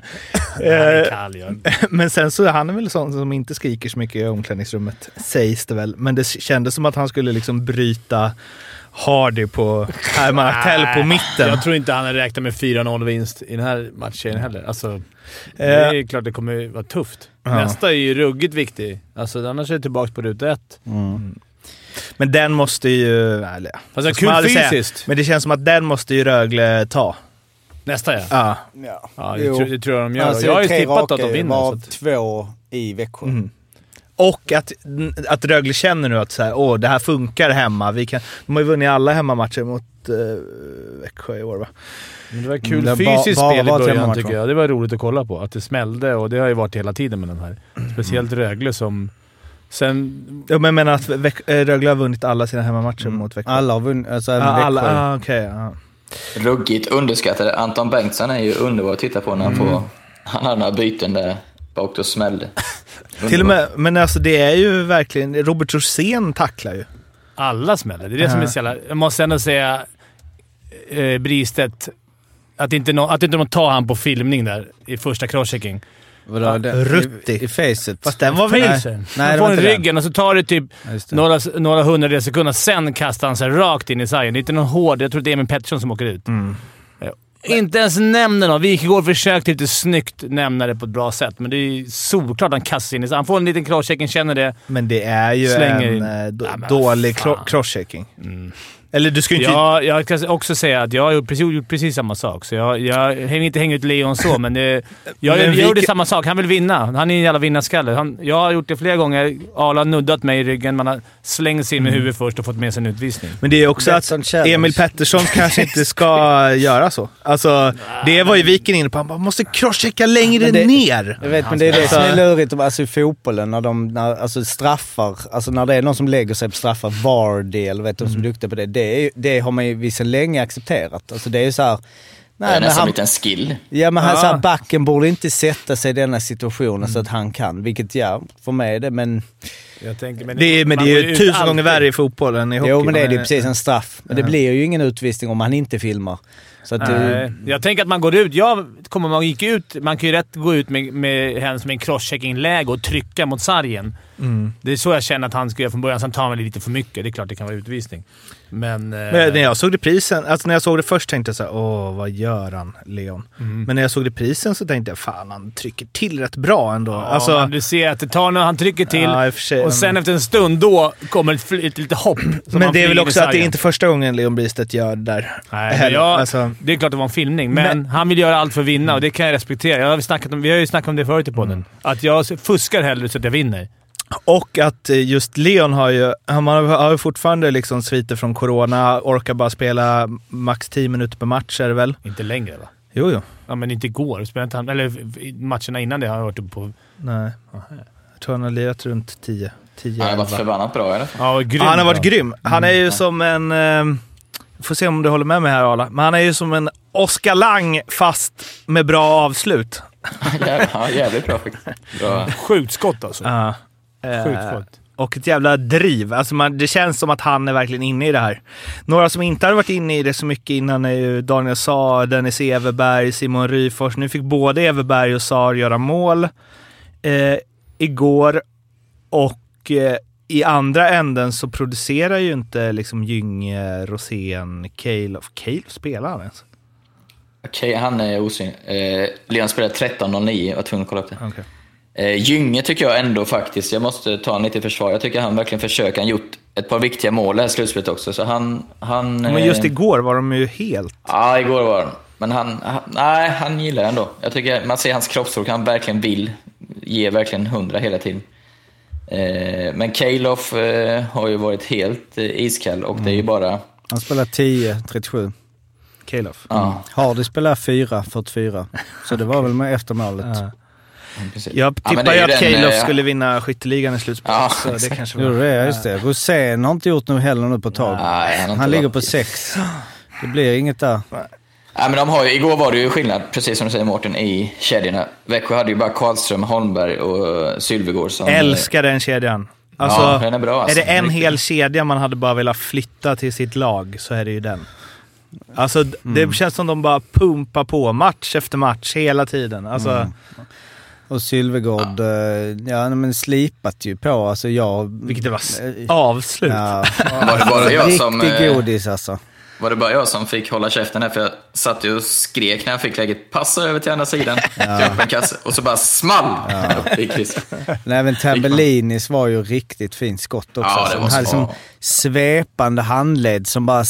eh, men sen så han är väl sån som inte skriker så mycket i omklädningsrummet, sägs det väl. Men det kändes som att han skulle liksom bryta Hardy på Herman Aktell på mitten. Jag tror inte han har räknat med fyra noll vinst i den här matchen heller. Alltså, det är eh, klart det kommer vara tufft. Ja. Nästa är ju ruggigt viktig. Alltså, annars är det tillbaka på ruta ett. Mm. Men den måste ju... Eller, alltså, kul fysiskt. Säga, men det känns som att den måste ju Rögle ta. Nästa, ja. Ja, ja. ja det, tror, det tror jag de gör. Alltså, jag har ju tippat att de vinner. Var två i Växjö. Mm. Och att, att Rögle känner nu att så här, åh, det här funkar hemma. Vi kan, de har ju vunnit alla hemmamatcher mot uh, Växjö i år, va? Men det var kul det fysiskt ba, spel i början tycker jag. Det var roligt att kolla på. Att det smällde och det har ju varit hela tiden med de här. Speciellt mm. Rögle som... Sen... Ja, men jag menar att Väx- Rögle har vunnit alla sina hemmamatcher mm. mot Växjö. Alla har vunnit, alltså ah, alla, ah, okej. Okay, ah. Ruggigt underskattade. Anton Bengtsson är ju underbar att titta på när han mm. får... Han hade några byten där bak och smällde. Till och med, men alltså det är ju verkligen... Robert Rosén tacklar ju. Alla smäller. Det är det uh-huh. som är så jävla... Jag måste ändå säga... Eh, Bristedt... Att inte, no, att inte de tar han på filmning där i första crosschecking. Vadå? Ja, Rutti. I, i facet. Fast den var väl... Nej, nej får en ryggen och så tar det typ det. några, några hundradels sekunder. Sen kastar han sig rakt in i sargen. Det är inte någon hård... Jag tror det är Emil Pettersson som åker ut. Mm. Inte ens nämner någon. Wikegård försökte lite snyggt nämna det på ett bra sätt. Men det är solklart han kastar in i. Han får en liten crosschecking, känner det. Men det är ju slänger en in. D- ja, dålig cro- crosschecking. Mm. Eller du ska inte... Ja, jag kan också säga att jag har gjort precis, precis samma sak. Så jag, jag hänger inte hängt ut Leon så, men det, jag, jag, jag gjorde kan... samma sak. Han vill vinna. Han är en jävla vinnarskalle. Han, jag har gjort det flera gånger. Arla har nuddat mig i ryggen. Man har slängt sig in med mm. huvudet först och fått med sig en utvisning. Men det är också That's att Emil Pettersson kanske inte ska göra så. Alltså, det var ju Viken inne på. Han bara, måste crosschecka längre det, ner. Jag vet, men det är det som är lurigt alltså, i fotbollen. När de när, alltså, straffar. Alltså när det är någon som lägger sig på straffar. V A R-del, vet du, mm. som är duktiga på det. Det, är, det har man ju visst länge accepterat. Alltså det är ju så här, Nej, det är men nästan han, lite en skill. Ja, men han Ja. sa backen borde inte sätta sig i denna situationen mm. så att han kan. Vilket ja, för mig är det, men... Jag tänker, men det är, men det är ju tusen gånger värre i fotbollen i hockey. Jo, men det är det precis en straff. Men ja. det blir ju ingen utvisning om han inte filmar. Så att Nej. Du... Jag tänker att man går ut... Jag kommer man gick ut... Man kan ju rätt gå ut med, med henne som en crosschecking-läge och trycka mot sargen. Mm. Det är så jag känner att han ska göra från början. Sen tar han lite för mycket. Det är klart det kan vara utvisning. Men... men när jag såg reprisen... Alltså när jag såg det först tänkte jag så här, åh, vad gör han, Leon? Mm. Men när jag såg reprisen så tänkte jag, fan, han trycker till rätt bra ändå. Ja, alltså... du ser att det tar när han trycker till ja, sig, och sen efter en stund då kommer ett, ett, ett litet hopp. Men det är väl också att det är inte första gången Leon Bristedt gör det där. Nej, men jag, alltså... Det är klart det var en filmning, men, men han vill göra allt för att vinna och det kan jag respektera. Jag har snackat om, vi har ju snackat om det förut i podden. Mm. Att jag fuskar hellre så att jag vinner. Och att just Leon har ju, han har ju fortfarande liksom sviter från corona, orkar bara spela max tio minuter per match är det väl? Inte längre va? Jo, jo. Ja, men inte igår. Spelade inte han, eller matcherna innan det har jag varit uppe på. Nej. Jag tror han har lirat runt tio. tio han har varit förbannat bra, eller? Ja, grym, han har varit bra. grym. Han är ju mm. som en... Eh, får se om du håller med mig här, Arla. Men han är ju som en Oskar Lang fast med bra avslut. Ja, jävligt bra. bra. Sjukt skott alltså. Ja. Sjukt skott. Och ett jävla driv. Alltså man, det känns som att han är verkligen inne i det här. Några som inte har varit inne i det så mycket innan är ju Daniel Saar, Dennis Everberg, Simon Ryfors. Nu fick både Everberg och Saar göra mål eh, igår. Och eh, i andra änden så producerar ju inte liksom Gynge, Rosén, Calof. Calof spelar han ens? Okej, okay, han är osynlig. Eh, Leon spelar tretton noll nio. Jag var tvungen att kolla upp det. Okay. Eh, Gynge tycker jag ändå faktiskt, jag måste ta en lite försvar. Jag tycker han verkligen försöker. Han gjort ett par viktiga mål här i slutspelet också. Så han, han, men just igår var de ju helt... Ja, igår var de. Men han, han, nej, han gillar ändå. Jag tycker man ser hans kroppsspråk. Han verkligen vill ge verkligen hundra hela tiden. Eh, men Calof eh, har ju varit helt eh, iskall och mm. det är ju bara... Han spelar tio trettiosju. Calof. Ja. Mm. Hardy spelar fyra fyrtiofyra. Så det var väl med eftermålet. Ja. Jag tippar ju ja, att Calof den, skulle vinna skytteligan i slutspelet. Ja, så det kanske var... Jo, det är just det. Rosén har inte gjort nu heller nu på tag. Nej, han han ligger på sex. Det blir inget där. Nej, men de har ju, igår var det ju skillnad, precis som du säger Mårten, i kedjorna. Växjö hade ju bara Karlström, Holmberg och Sylvegård som... Älskar den kedjan. Alltså, ja, den är bra. Alltså. Är det en hel kedja man hade bara velat flytta till sitt lag så är det ju den. Alltså, mm. det känns som de bara pumpar på match efter match hela tiden. Alltså... Mm. Och Sylvegård, ja. ja men slipat ju på. Alltså jag... Vilket det var avslut. Ja. Var det bara jag som... Riktig godis alltså. Var det bara jag som fick hålla käften här? För jag satt ju och skrek när jag fick läget passa över till andra sidan. Ja. En kasse, och så bara small. Ja. Nej, men Tambellinis var ju riktigt fint skott också. Ja, det var han hade som svepande handled som bara...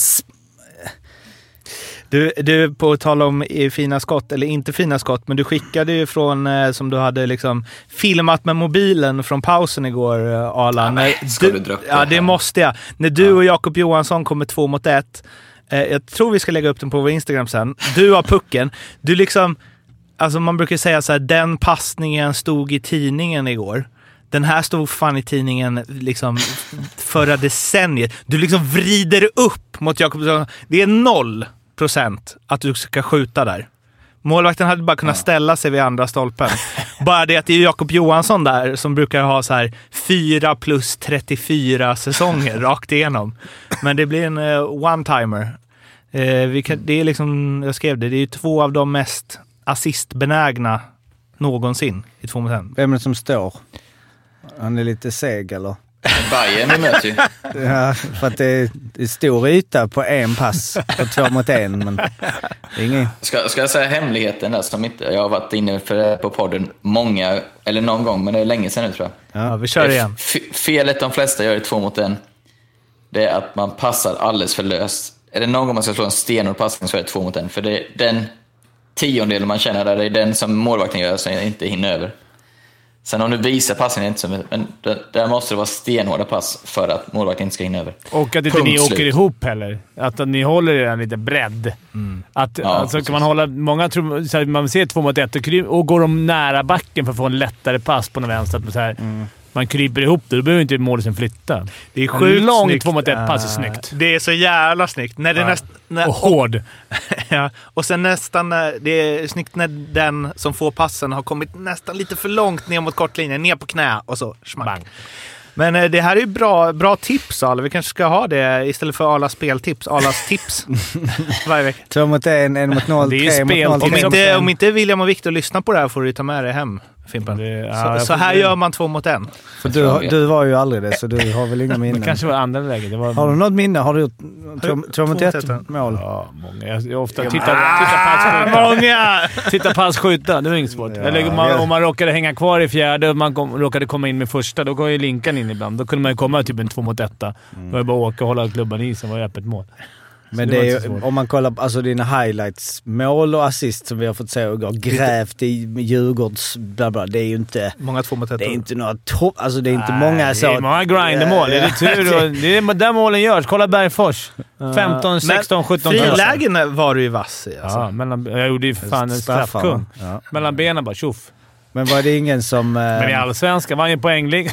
Du, du på att tala om fina skott, eller inte fina skott, men du skickade ju från, eh, som du hade liksom filmat med mobilen från pausen igår, Arla. Ja, nej, ska du, du ja, det måste jag. När du och Jakob Johansson kommer två mot ett, eh, jag tror vi ska lägga upp den på vår Instagram sen. Du har pucken. Du liksom, alltså man brukar säga så här, den passningen stod i tidningen igår. Den här stod fan i tidningen liksom förra decenniet. Du liksom vrider upp mot Jakob Johansson. Det är noll procent att du ska skjuta där. Målvakten hade bara kunnat ställa sig vid andra stolpen. Bara det att det är Jakob Johansson där som brukar ha så här fyra plus trettiofyra säsonger rakt igenom. Men det blir en uh, one-timer. Uh, vi kan, det är liksom, jag skrev det, det är ju två av de mest assistbenägna någonsin i två mot en. Vem är det som står? Han är lite seg eller? Bayern vi möter ju. Ja, för att det är, det är stor yta på en pass på två mot en, men det är ingen... Ska, ska jag säga hemligheten där som inte, jag har varit inne för på podden många, eller någon gång, men det är länge sedan nu tror jag. Ja, vi kör igen. F- felet de flesta gör i två mot en, det är att man passar alldeles för löst. Är det någon gång man ska slå en stenhård passning så är det två mot en, för det är den tiondel man känner där, det är den som målvakten gör som inte hinner över. Sen om du visar passningen inte som, men där måste det vara stenhårda pass för att målvakten inte ska hinna över. Och att inte ni åker slut. ihop heller. Att ni håller en lite bredd. Mm. Att, ja, alltså, kan man hålla, många tror, så här, man ser två mot ett och, och går de nära backen för att få en lättare pass på den vänster. Så här. Mm. man kryper ihop det. Då behöver inte målisen flytta. Det är sjukt långt snyggt. två mot ett pass är snyggt. Det är så jävla snyggt. När det Ja. näst, när, och hård. ja, och sen nästan, det är snyggt när den som får passen har kommit nästan lite för långt ner mot kortlinjen, ner på knä och så smack. Bang. Men eh, det här är ju bra, bra tips, Arla. Vi kanske ska ha det istället för Arlas speltips. Arlas tips varje vecka. Två mot en, en mot noll, Det är tre mot spel. noll. Om tre mot inte, en. om inte William och Victor lyssnar på det här får du ta med det hem, Fimpen. Det, ja, så jag så får- här gör man två mot en. För du, du var ju aldrig det, så du har väl inga Det minnen. kanske var andra läget. Det var... Har du något minne? Har du gjort två, två mot ett ett? mål? Ja, många. Jag, jag ofta tittar, tittar pass skjuta. Många! Titta pass skjuta, det var inget svårt. Ja, Eller om man, ja. om man råkade hänga kvar i fjärde och man kom, råkade komma in med första, då går ju Linkan in ibland. Då kunde man ju komma typ en två mot etta. Mm. Då var det bara åka och hålla klubban i, sen var det öppet mål. Men det det var är inte så ju, svårt. om man kollar på alltså dina highlights, mål och assist som vi har fått se och grävt i Djurgårds bla bla, det är ju inte... Många två mot ett. Det är inte några topp... Alltså det är inte Nej, många så... Det är många grindermål. Det är tur och, det är där målen görs. Kolla Bergfors. femton, sexton, sjutton. Frilägen var du ju vass i. Alltså. Ja, mellan, jag gjorde ju fan en Straffar, straffkung. ja. Mellan benen bara, tjoff. Men var det ingen som... Men i Eh, allsvenskan var han ju poänglig.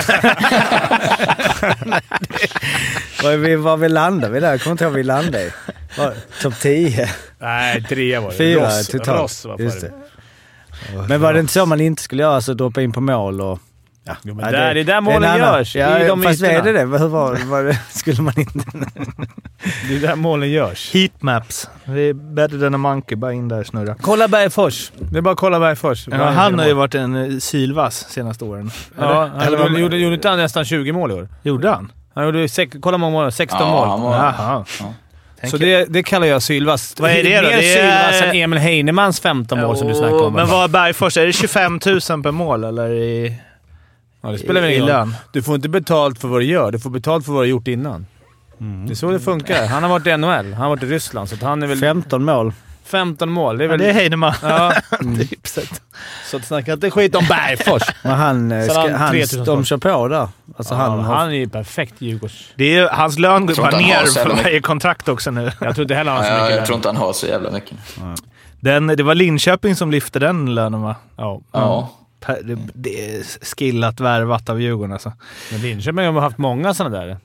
var, vi, var vi landade vi där? Jag kommer inte ihåg vad vi landade i. Var- Topp tio. Nej, trea var det. Fyra Ross, totalt. Ross var Just före. det. Men var det inte så man inte skulle göra? Alltså droppa in på mål och... Ja, Jo, men ja, där, det är där målen en annan- görs. Ja, Det är de fast ytorna. är det det? Hur var, var det? Skulle man inte... Det är där målen görs. Heatmaps. Det är better than a monkey. Bara in där och snurra. Kolla Bergfors. Det är bara att kolla Bergfors. Ja, han har ju varit en eh, sylvass senaste åren. Ja, han Eller vad- gjorde, gjorde, gjorde inte han nästan tjugo mål i år? Gjorde han? Han gjorde sex, kolla många mål. sexton Ja, mål. han var- Jaha. Så det, det kallar jag sylvass. Vad är det då? Mer Det är- sylvass än Emil Heinemans femton mål som du snackade om. Men vad är Bergfors? Är det tjugofem tusen per mål eller i, Ja, det spelar väl i ingen roll. lön? Du får inte betalt för vad du gör. Du får betalt för vad du har gjort innan. Det är så det funkar. Han har varit i N H L. Han har varit i Ryssland. Så att han är väl femton mål. femton mål. Det är Ja, väl... det är Heinemann. Ja. Tipset. Så att snacka inte skit om Bergfors. Men han, eh, Så ska, han han, tre tusen de kör på där. Alltså Ja, han, har, han är ju perfekt Djurgårds. Det är ju, hans lön går tror bara inte han har ner så för jävla varje kontrakt också nu. Jag tror inte heller han har så Ja, mycket jag lön. tror inte han har så jävla mycket. Den, det var Linköping som lyfte den lönen, va? Ja. Ja. Per- Det, det är skillat värvat av Djurgården alltså. Men Linköping har haft många sådana där.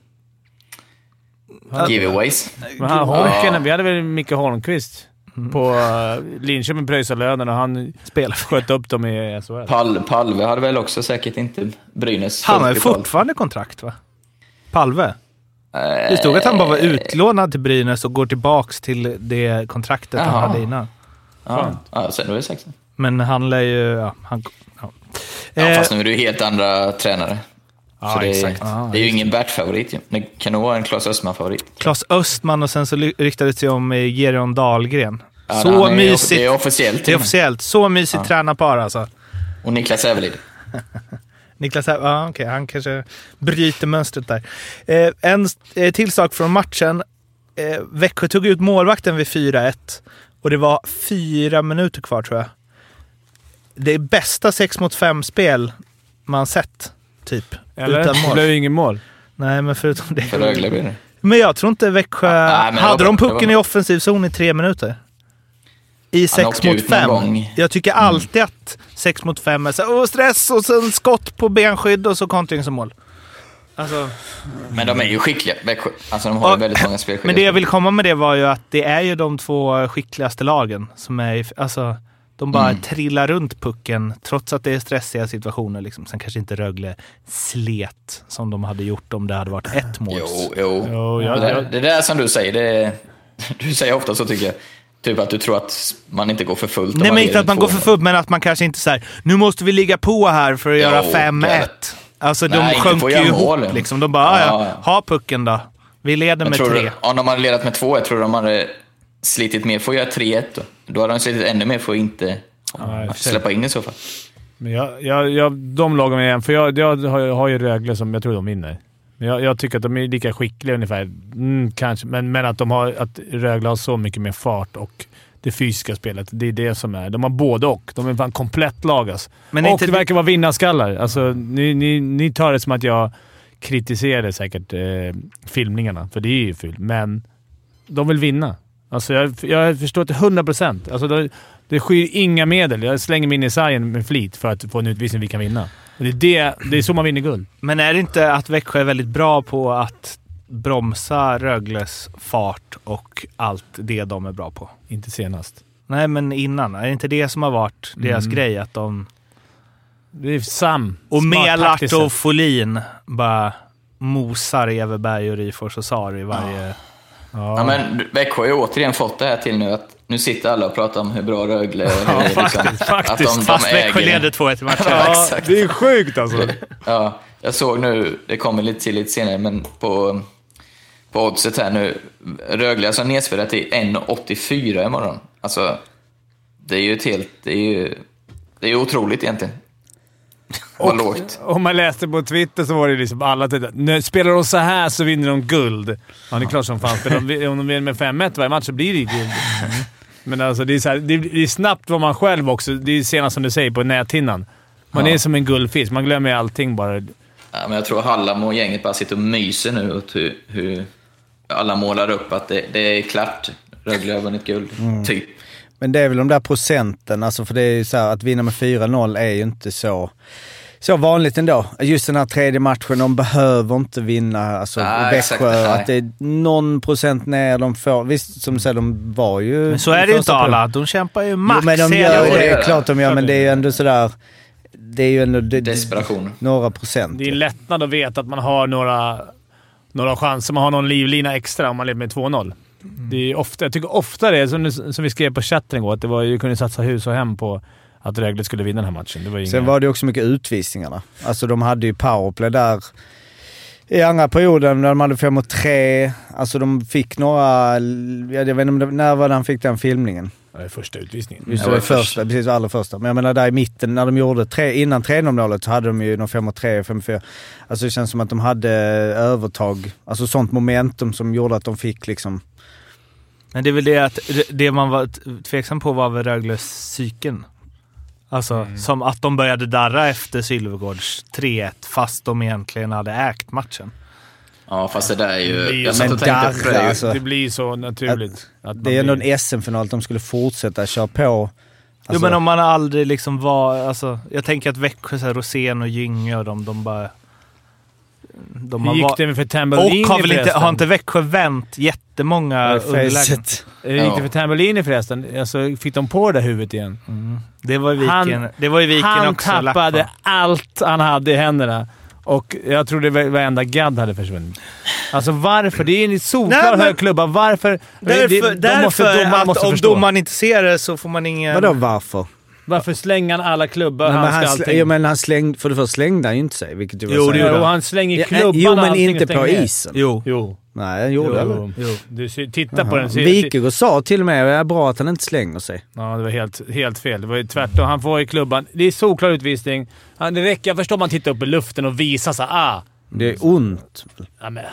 Giveaways. Men han, Holken, vi hade väl Micke Holmqvist på uh, Linköping pröjsade lönen och han Spelar. sköt upp dem i S H L. Pal, Palve hade väl också säkert inte Brynäs Han har ju fullt betalt. fortfarande kontrakt, va? Palve. Eh, Det stod att han bara var utlånad till Brynäs och går tillbaks till det kontraktet han Jaha. hade innan. Ja, ja, sen är det sex. Men han lär ju... Ja, han, ja. Ja, Eh, fast nu är det ju helt andra tränare. Ja, så det är, exakt. det är ju ingen Bert-favorit ju. Det kan nog vara en Claes Östman-favorit. Claes Östman och sen så ly- ryktades det om eh, Geron Dahlgren. Ja, så han är- mysigt. Det är officiellt. Det är officiellt. Så mysigt Ja. tränarpar alltså. Och Niklas Everlid. Niklas, ja, okej, han kanske bryter mönstret där. Eh, en eh, till sak från matchen. Eh, Växjö tog ut målvakten vid fyra ett och det var fyra minuter kvar, tror jag. Det är bästa sex mot fem spel man sett, typ. Eller? Utan Det mål. blev ju ingen mål. Nej, men förutom det. För Rögle blir det. Men jag tror inte Växjö... Ja, nej, men hade det var- de pucken det var- i offensiv zon i tre minuter? I Han sex åkte mot ut någon fem. gång. Jag tycker alltid att sex mot fem är så åh, stress och sen skott på benskydd och så kontring som mål. Alltså, Men de är ju skickliga, Växjö. Alltså de har ju Ja, väldigt många spelskickliga. men det jag vill komma med det var ju att det är ju de två skickligaste lagen som är i, alltså, de bara Mm. trillar runt pucken trots att det är stressiga situationer. Liksom. Sen kanske inte Rögle slet som de hade gjort om det hade varit ett mål. Jo, jo. Jo, jag- det, där, jag- det där som du säger, det är, du säger ofta så tycker jag. Typ att du tror att man inte går för fullt. om Nej, men man inte leder att man två går för mål. fullt, men att man kanske inte säger nu måste vi ligga på här för att Jo, göra fem det är ett. Alltså Nej, de inte sjönk få ju göra ihop mål. liksom. De bara, ja, Ja, ja, ja. ha pucken då. Vi leder Men med tror tre. du, om de hade ledat med två ett, tror du de hade slitit mer för att göra tre ett då? Då hade de slitit ännu mer för att inte Ja, i och för sig. släppa in i så fall. Men jag, jag, jag, de lagen är igen, för jag, jag har, jag har ju Rögle som jag tror de vinner. Men jag, jag tycker att de är lika skickliga ungefär. Mm, kanske, men, men att, de har, att Rögle har så mycket mer fart och det fysiska spelet. Det är det som är. De har både och. De är fan komplett lag alltså. Men och inte det verkar vara vinnarskallar. Alltså, ni, ni, ni tar det som att jag kritiserade säkert eh, filmningarna, för det är ju fult. Men de vill vinna. Alltså jag, jag förstår till hundra procent. Alltså det, det skyr inga medel. Jag slänger mig in i sargen med flit för att få en utvisning vi kan vinna. Det är, det, det är så man vinner guld. Men är det inte att Växjö är väldigt bra på att bromsa Rögles fart och allt det de är bra på? Inte senast. Nej, men innan. Är det inte det som har varit deras mm. grej? Att de... Det är Sam. Och Melart och Folin bara mosar Everberg och Rifors och Sar i varje... Ja. Ja. Ja, men Växjö har ju återigen fått det här till nu att nu sitter alla och pratar om hur bra Rögle är. Ja, liksom, faktiskt. faktiskt. Att de, Fast de Växjö leder två ett i matchen. Ja, ja, det är sjukt alltså. Ja, jag såg nu, det kommer lite till lite senare, men på, på oddset här nu, Rögle alltså nedspelat till en åttiofyra imorgon. Alltså, det är ju ett helt, det är ju, det är ju otroligt egentligen. Och om man läste på Twitter så var det liksom alla tittare. Spelar de så här så vinner de guld. Ja, det är klart som fan. Om de vinner med fem ett varje match så blir det guld. Mm. Men alltså det är, så här, det är snabbt vad man själv också. Det är senast som du säger på näthinnan. Man ja. är som en guldfisk. Man glömmer allting bara. Ja, men jag tror Hallam och gänget bara sitter och myser nu åt hur, hur alla målar upp att det, det är klart. Rögle har vunnit guld. Mm. Typ. Men det är väl de där procenten. Alltså för det är ju så här, att vinna med fyra noll är ju inte så... Så vanligt ändå. Just den här tredje matchen, de behöver inte vinna. Alltså ah, Växjö, att det är någon procent ner de får. Visst, som säger, de var ju... Men så är det ju inte alla. De kämpar ju max. Jo, men de gör det, det är klart de gör, men det är ju ändå sådär... Det är ju ändå... Det, desperation. Några procent. Det är lättnad att veta att man har några, några chanser. Man har någon livlina extra om man lever med två noll. Mm. Det är ofta, jag tycker ofta det är, som, som vi skrev på chatten igår, att det var, ju kunde satsa hus och hem på att Rögle skulle vinna den här matchen. Det var inga... Sen var det också mycket utvisningarna. Alltså de hade ju powerplay där i andra perioden när de hade fem och tre. Alltså de fick några... Jag vet inte när var han fick den filmningen. Det var första utvisningen. Just det, det första, precis allra första. Men jag menar där i mitten när de gjorde tre, innan tre noll så hade de ju någon fem och tre, fem och fyra. Alltså det känns som att de hade övertag. Alltså sånt momentum som gjorde att de fick liksom... Men det är väl det att det man var tveksam på var väl Rögles psyken. Alltså, mm. som att de började darra efter Sylvegårds tre ett fast de egentligen hade ägt matchen. Ja, fast det där är ju... Det, jag satt och tänkte på det, alltså, det blir så naturligt. Att, att det är ändå blir... en S M-final att de skulle fortsätta köra på. Alltså, jo, men om man aldrig liksom var... Alltså, jag tänker att Växjö, så här, Rosén och Gynge och de, de bara... De har gick var... det för Tambellini och har, väl inte, har inte Växjö vänt jättemånga underlägen? Det gick det för Tambellini förresten. Alltså, fick de på det huvudet igen? Mm. Det var i Viken, han, det var i Viken han också. Han tappade allt han hade i händerna. Och jag tror det var varenda gadd hade försvunnit. Alltså varför? Det är en solklar hög klubba. Varför? Därför, det, de därför måste, att måste om förstå. domaren inte ser det så får man ingen... Vadå varför? Varför slänger han alla klubbar? Nej, han men han, ska sl- jo, men han slängde, för det första slängde han ju inte sig. Vilket du var jo, det gjorde han. slänger klubban. Jo, men inte på isen. Jo. jo. Nej, han gjorde jo, det. Jo. Du tittar på den. Wikegård sa till och med att det är bra att han inte slänger sig. Ja, det var helt, helt fel. Det var ju tvärtom. Han får i klubban. Det är solklar utvisning. Han, det räcker. Jag förstår om man tittar upp i luften och visar så ah. Det är ont. Ja, men...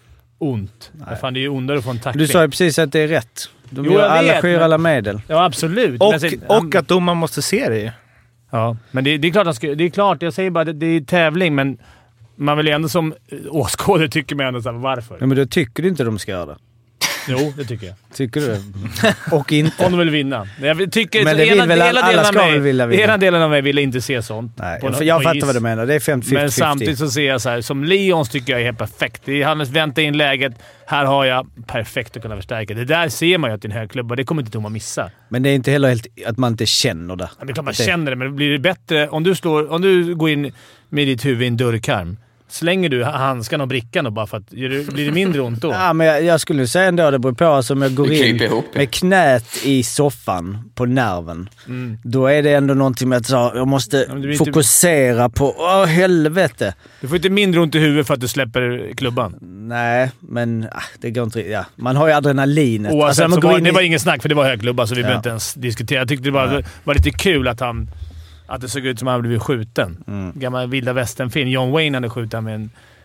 Ont. Ja, fan, det är ju ondare att få en tackling. Du sa ju precis att det är rätt. De jo, gör alla vet, skyr men... alla medel. Ja, absolut. Och, säger, och han... att domaren måste se det ju. Ja, men det, det är klart han ska, det är klart, jag säger bara att det är tävling, men man vill ju ändå som åskådare tycker man ändå så här, varför? Ja, men då tycker du inte de ska göra det. Jo, det tycker jag. Tycker du det? Och inte. Om de vill vinna. Jag tycker, men det vill ena, väl alla, alla ska mig, väl vilja vinna. Ena delen av mig vill inte se sånt. Nej, på, för jag på fattar is. vad du menar. Det är femtio femtio. Men samtidigt så ser jag så här, som Leons tycker jag är helt perfekt. Det är han väntar in läget. Här har jag perfekt att kunna förstärka. Det där ser man ju att det är en hög klubb och det kommer inte Toma missa. Men det är inte heller helt att man inte känner det. Ja, det är klart man det... känner det, men blir det bättre om du, slår, om du går in med ditt huvud i en dörrkarm. Slänger du handskan och brickan och bara för att blir det mindre ont då? Ja, men jag, jag skulle säga ändå det beror på. Alltså, om jag går in ihop, ja. med knät i soffan på nerven, mm. då är det ändå någonting med att jag måste ja, fokusera inte... på... Åh, helvete! Du får inte mindre ont i huvudet för att du släpper klubban. Nej, men ah, det går inte... Ja. Man har ju adrenalinet. Oavsett, alltså, så var, i... det var ingen snack för det var hög klubba så vi ja. behöver inte ens diskutera. Jag tyckte det var, ja. var lite kul att han... Att det såg ut som att han hade blivit skjuten. Mm. Gammal vilda västern-film. John Wayne hade skjutit med en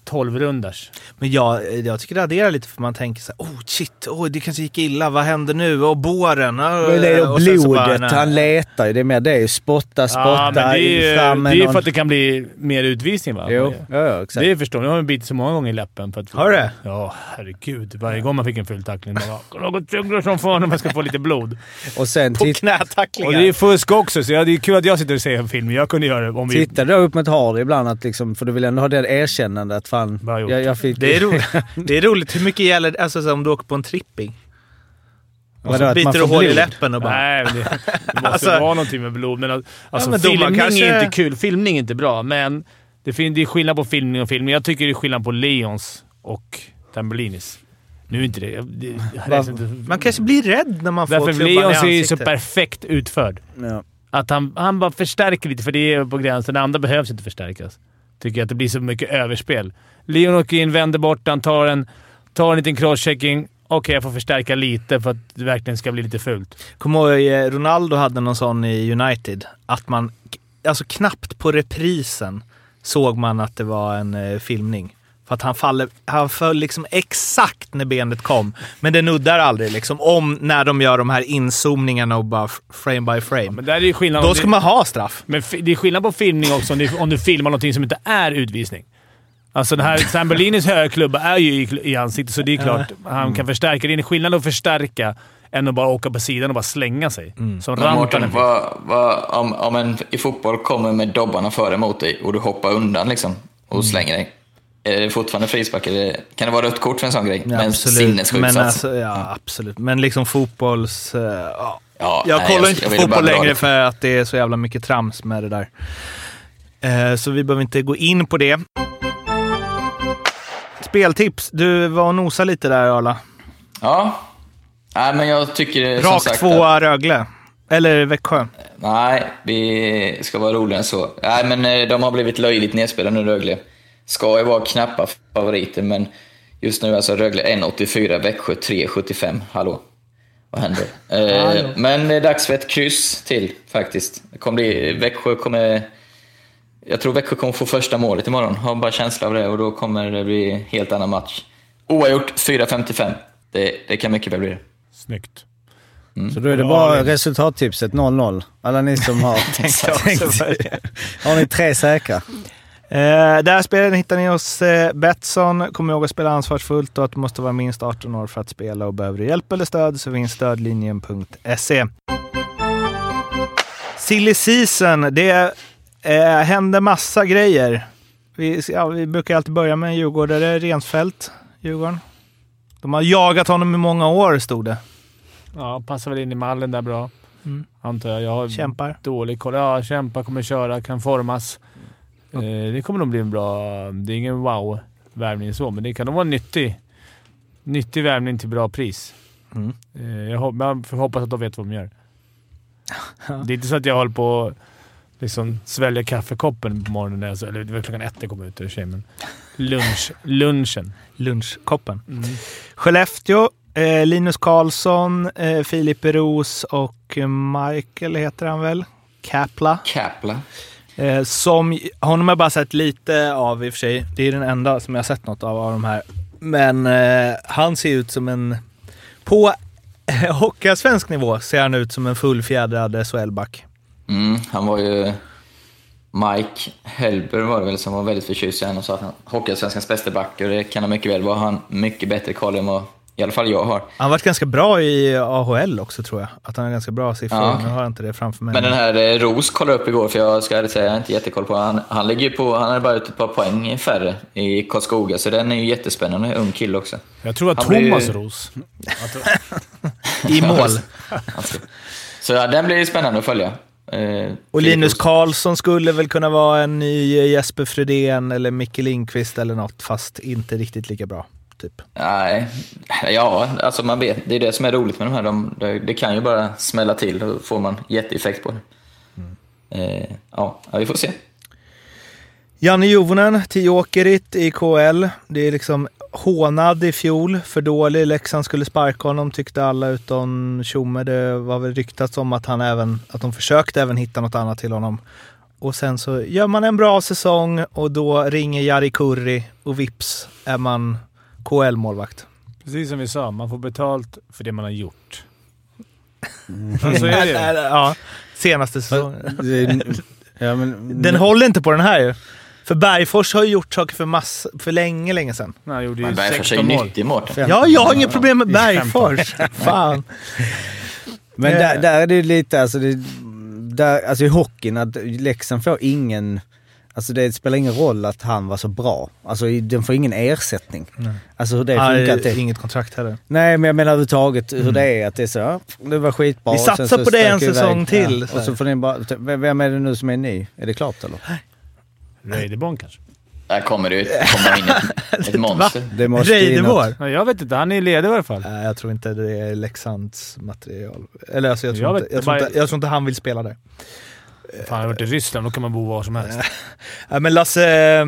tolv-rundars. Men jag, jag tycker det adderar lite för man tänker så här, oh shit, oh, det kanske gick illa, vad händer nu? Och båren. Och, det är och blodet, bara, han letar ju, det är mer det. Spotta, spotta. Ja, men det är, fram det är någon... för att det kan bli mer utvisning, va? Jo, ja, ja, exakt. Det förstår jag. Jag har bitit så många gånger i läppen. För att, har du det? Ja, herregud. Varje gång man fick en full tackling. Man bara, något tyngre som fan om man ska få lite blod. Och sen på titt- knätacklingar. Och det är fusk också, så ja, det är kul att jag sitter och ser en film. Jag kunde göra det om vi... Tittar du upp med ett har ibland, att liksom, för du vill ändå ha det erkännande att fan... Jag, jag fick... det, är roligt. det är roligt. Hur mycket gäller alltså så om du åker på en tripping? Och så biter du hål i läppen och bara... Nej, men det, det måste alltså, vara någonting med blod. Men, alltså, ja, men filmning kanske... är inte kul. Filmning är inte bra, men det, fin- det är skillnad på filmning och filmning. Jag tycker det är skillnad på Leons och Tambellinis. Nu är inte det... det, det inte... Man kanske blir rädd när man får Därför klubban i Leons är ju ansiktet. så perfekt utförd. Ja. Att han, han bara förstärker lite, för det är på gränsen. Det andra behövs inte förstärkas. Tycker jag att det blir så mycket överspel. Leon åker in, vänder bort, han tar en, tar en liten crosschecking. Okej, okay, jag får förstärka lite för att det verkligen ska bli lite fult. Kommer ihåg, Ronaldo hade någon sån i United. Att man, alltså knappt på reprisen såg man att det var en eh, filmning. För att han faller, han föll liksom exakt när benet kom. Men det nuddar aldrig liksom. Om när de gör de här inzoomningarna och bara frame by frame. Ja, men där är det skillnad. Då ska det, man ha straff. Men f- det är skillnad på filmning också om du, om du filmar någonting som inte är utvisning. Alltså den här Tambellinis högerklubba är ju i, i ansiktet, så det är klart han mm. kan förstärka. Det är en skillnad att förstärka än att bara åka på sidan och bara slänga sig. Mm. Som men Mårten, vad, vad, om, om en i fotboll kommer med dobbarna före mot dig och du hoppar undan liksom och mm. slänger dig. Är det fortfarande frispark? Eller kan det vara rött kort för en sån grej? Ja, men sinnessjukt alltså, ja, absolut. Men liksom fotbolls... Uh, ja. Ja, jag nej, kollar jag, inte jag på fotboll längre det. för att det är så jävla mycket trams med det där. Uh, så vi behöver inte gå in på det. Speltips. Du var och nosa lite där, Arla. Ja. Nej, men jag tycker... Rakt som sagt, tvåa att... Rögle. Eller Växjö. Nej, vi ska vara roligare än så. Nej, men de har blivit löjligt nedspelade nu, Rögle. Ska ju vara knappa favoriter, men just nu är alltså Rögle ett åttiofyra, Växjö tre sjuttiofem. Hallå, vad händer? eh, men det är dags för ett kryss till faktiskt. Det kommer bli, Växjö kommer... Jag tror Växjö kommer få första målet imorgon. Har bara känsla av det, och då kommer det bli helt annan match. Oavgjort fyra femtiofem. Det, det kan mycket väl bli det. Snyggt. Mm. Så då är det bara resultattipset noll noll. Alla ni som har tänkt. Har ni tre säkra? Eh, där spelen hittar ni hos eh, Betsson. Kom ihåg att spela ansvarsfullt och att du måste vara minst arton år för att spela, och behöver du hjälp eller stöd så finns stödlinjen punkt se. Silly season, det eh, händer massa grejer. Vi, ja, vi brukar alltid börja med en djurgårdare, Rensfeldt, Djurgården. De har jagat honom i många år, stod det. Ja, passar väl in i mallen där bra. Mm. Antar jag. Jag har kämpar. Dålig koll. Ja, kämpar, kommer köra, kan formas. Mm. Eh, det kommer nog bli en bra... Det är ingen wow-värvning så, men det kan nog vara en nyttig, nyttig värvning till bra pris. Mm. Eh, jag, hopp, jag hoppas att de vet vad de gör. Det är inte så att jag håller på att liksom svälja kaffekoppen på morgonen. Alltså, eller det var klockan ett det kom ut ur sig, men lunch, lunchen. Lunchkoppen. Mm. Skellefteå. Eh, Linus Karlsson, eh, Filip Ros och Michael heter han väl? Kapla. Kapla. Eh, som, honom har jag bara sett lite av i och för sig. Det är den enda som jag har sett något av, av de här. Men eh, han ser ut som en... På eh, hockeysvensk nivå ser han ut som en fullfjädrad S H L-back. Mm, han var ju... Mike Hellber var det väl som var väldigt förtjust i honom och sa att han hockeysvenskans bästa back, och det kan han mycket väl vara. Han mycket bättre koll än vad i alla fall jag har. Han har varit ganska bra i A H L också, tror jag. Att han har ganska bra siffror. Ja, okay. Nu har jag inte det framför mig. Men den här eh, Ros kollade upp igår, för jag ska säga, jag har inte jättekoll på. Han, han ligger på, han har bara ut ett par poäng färre i Karlskoga, så den är ju jättespännande. Ung kill också. Jag tror att han Thomas blir... Ros. I mål. Så ja, den blir ju spännande att följa. Eh, och Linus Karlsson skulle väl kunna vara en ny Jesper Fredén eller Micke Lindqvist eller något, fast inte riktigt lika bra. Typ. Nej, ja, alltså man vet, det är det som är roligt med de här. De, det, det kan ju bara smälla till, och får man jätteeffekt på det. Mm. Eh, ja, vi får se. Janne Juvonen till Jokerit i K L. Det är liksom hånad i fjol, för dålig. Leksand skulle sparka honom, tyckte alla utom Tjomme. Det var väl ryktats om att han även, att de försökte även hitta något annat till honom. och sen så gör man en bra säsong och då ringer Jari Kurri och vips är man K L-målvakt. Precis som vi sa, man får betalt för det man har gjort. Mm. Så är det. Ja, senaste säsongen. Ja, men, den håller inte på den här ju. För Bergfors har ju gjort saker för mass för länge, länge sedan. Nej, gjorde ju men Bergfors är ju nyttig mål. Ja, jag har inget problem med Bergfors. Fan. Men där, där är det lite, alltså, det, där, alltså i hockeyn, att Leksand får ingen, alltså det spelar ingen roll att han var så bra. Alltså den får ingen ersättning. Nej. Alltså hur det ja, funkar. Det är inget kontrakt heller. Nej, men jag menar överhuvudtaget hur mm. det är, att det är så, ja, det var skitbra. Vi satsar på det en säsong iväg. Till. Ja. Och så får ni bara, vem är det nu som är ny? Är det klart eller? Reideborn kanske. Där kommer det kommer in ett, ett monster. Det måste Reideborn? Ja, jag vet inte, han är ledig i alla fall. Nej, jag tror inte det är Leksands material. Eller alltså, jag, tror jag, inte, vet, jag, tror inte, jag tror inte han vill spela där. Fan, jag har varit i Ryssland, då kan man bo var som helst. Ja, men Lasse...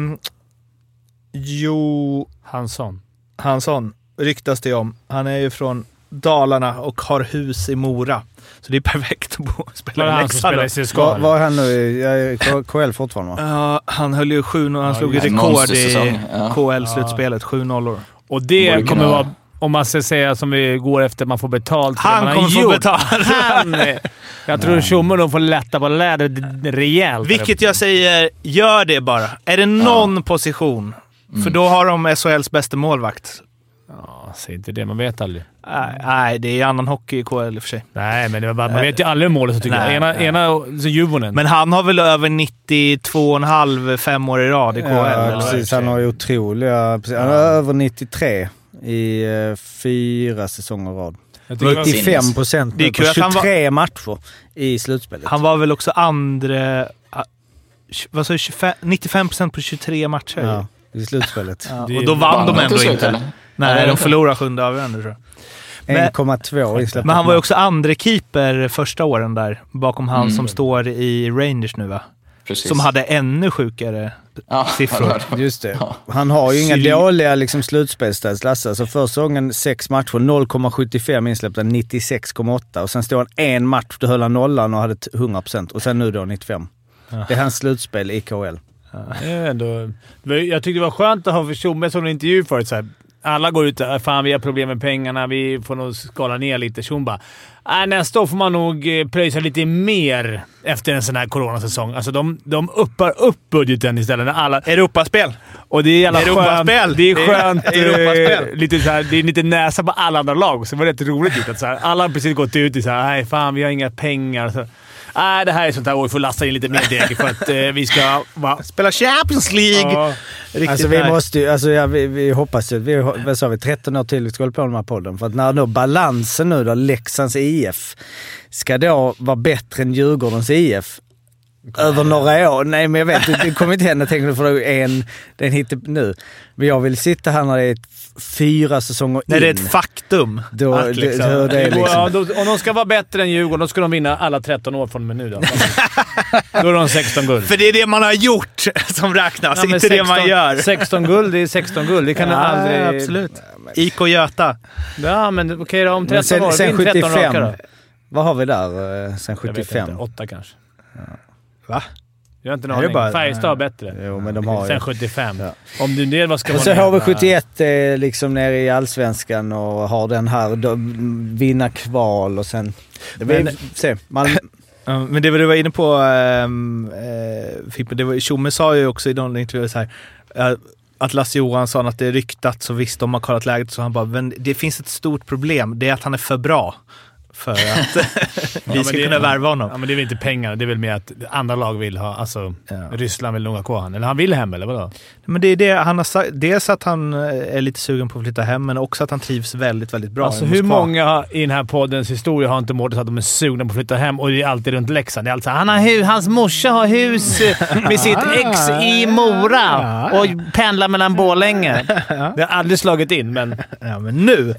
Jo... Hansson. Hansson ryktas det om. Han är ju från Dalarna och har hus i Mora. Så det är perfekt att bo och spela i Leksand. Var, var han nu i K L fortfarande? Ja, uh, han höll ju sju och han ja, slog rekord i ja. K L-slutspelet. Sju nollor. Och det kommer kunna... vara, om man ska säga som vi går efter, man får betalt. Han man kommer få betalt. Han, jag tror Tjomme de får lätta på läder rejält. Vilket jag säger, gör det bara. Är det någon ja. position? Mm. För då har de S H L:s bästa målvakt. Ja, säg inte det. Man vet aldrig. Nej, nej, det är annan hockey i K L i och för sig. Nej, men det var bara, man vet ju aldrig målet så tycker nej, jag. Ena, nej. ena så Djurgården. Men han har väl över nittiotvå och en halv fem år i rad i K L? Ja, eller precis. Han har ju otroliga... Precis, han har över nittiotre i uh, fyra säsonger i rad. nittiofem procent på tjugotre var, matcher i slutspelet. Han var väl också andra... Vad sa du? nittiofem procent på tjugotre matcher? Ja, i slutspelet. Ja, och då vann de ändå inte. Eller? Nej, de förlorade sjunde avgörande tror jag. en komma två i släppet. Men han var ju också andra keeper första åren där. Bakom han mm. som står i Rangers nu va? Precis. Som hade ännu sjukare ja, siffror. Just det. Ja. Han har ju inga dåliga liksom, slutspelsstats, Lasse. Alltså första gången sex matcher, noll komma sjuttiofem insläppta, nittiosex komma åtta. Och sen står han en match, då höll han nollan och hade hundra procent. Och sen nu då nittiofem. Ja. Det är hans slutspel i K L. Ja. Ändå, jag tyckte det var skönt att ha för Tjomme som en intervju förut så här. Alla går ut och fan vi har problem med pengarna, vi får nog skala ner lite. Tjomba. Äh, nästa år får man nog pröjsa lite mer efter en sån här coronasäsong. Alltså de, de uppar upp budgeten istället. När alla... Europaspel. Och det är jävla Europaspel. skönt. Det är skönt. Europaspel. Eh, lite så här, det är lite näsa på alla andra lag. Så det var rätt roligt ut att så här, alla har precis gått ut i så här, nej fan vi har inga pengar. Så, nej, det här är sånt här år vi får lasta in lite mer deg för att eh, vi ska va? spela Champions League. Ja. Riktigt alltså vi här. måste ju, alltså ja, vi, vi hoppas ju, vi, vad sa vi, tretton år till vi ska hålla på med den här podden. För att när då balansen nu då, Leksands I F, ska då vara bättre än Djurgårdens I F över några år. Nej, men jag vet, det, det kommer inte hända, tänker du, för det är en, den hittar nu. Men jag vill sitta här när det är fyra säsonger in. När det är ett faktum. Då, att liksom. det, det är liksom. Ja, då, om de ska vara bättre än Djurgården, då ska de vinna alla tretton år från nu då. Då är de sexton guld. För det är det man har gjort som räknas, ja, inte sexton, det man gör. sexton guld, det är sexton guld. Det kan ja, aldrig... absolut. I K Göta. Ja, men okej okay, då, om tretton sen, år. Sen sjuttiofem. Raka, då. Vad har vi där sen sjuttiofem? Jag vet inte, åtta kanske. Ja. Va? Jag har inte någon aning. Bara, Färjestad har bättre. Jo, men de har sen sjuttiofem. Ja. Om du det, vad ska man... Och så har vi sjuttioett eh, liksom nere i Allsvenskan och har den här då, vinna kval och sen... Det men, vi, se, man... men det var du var inne på ähm, äh, Fippe, det var, Tjomme sa ju också i någon intervju så här äh, att Lasse Johansson att det är ryktat så visst de har kollat läget så han bara, men det finns ett stort problem, det är att han är för bra för att vi ja, ska kunna värva honom. Ja, men det är väl inte pengar, det är väl mer att andra lag vill ha, alltså ja. Ryssland vill nog ha kvar han, eller han vill hem eller vadå? Men det är det han har sagt, dels att han är lite sugen på att flytta hem, men också att han trivs väldigt, väldigt bra. Alltså hur många i den här poddens historia har inte mått att de är sugna på att flytta hem och det är alltid runt Leksand. Det är alltså, han har hu- hans morsa har hus med sitt ex i Mora och pendlar mellan Borlänge. Det har aldrig slagit in, men... Ja, men nu!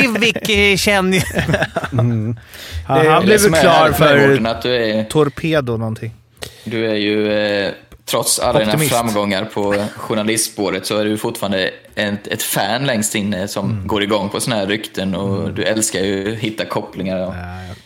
Rivik känner mm. Ja, han blev klar för att du är, torpedo någonting. Du är ju eh, trots alla dina framgångar på journalistspåret så är du fortfarande ett, ett fan längst inne som mm. går igång på såna här rykten och mm. du älskar ju att hitta kopplingar. Och... Ja,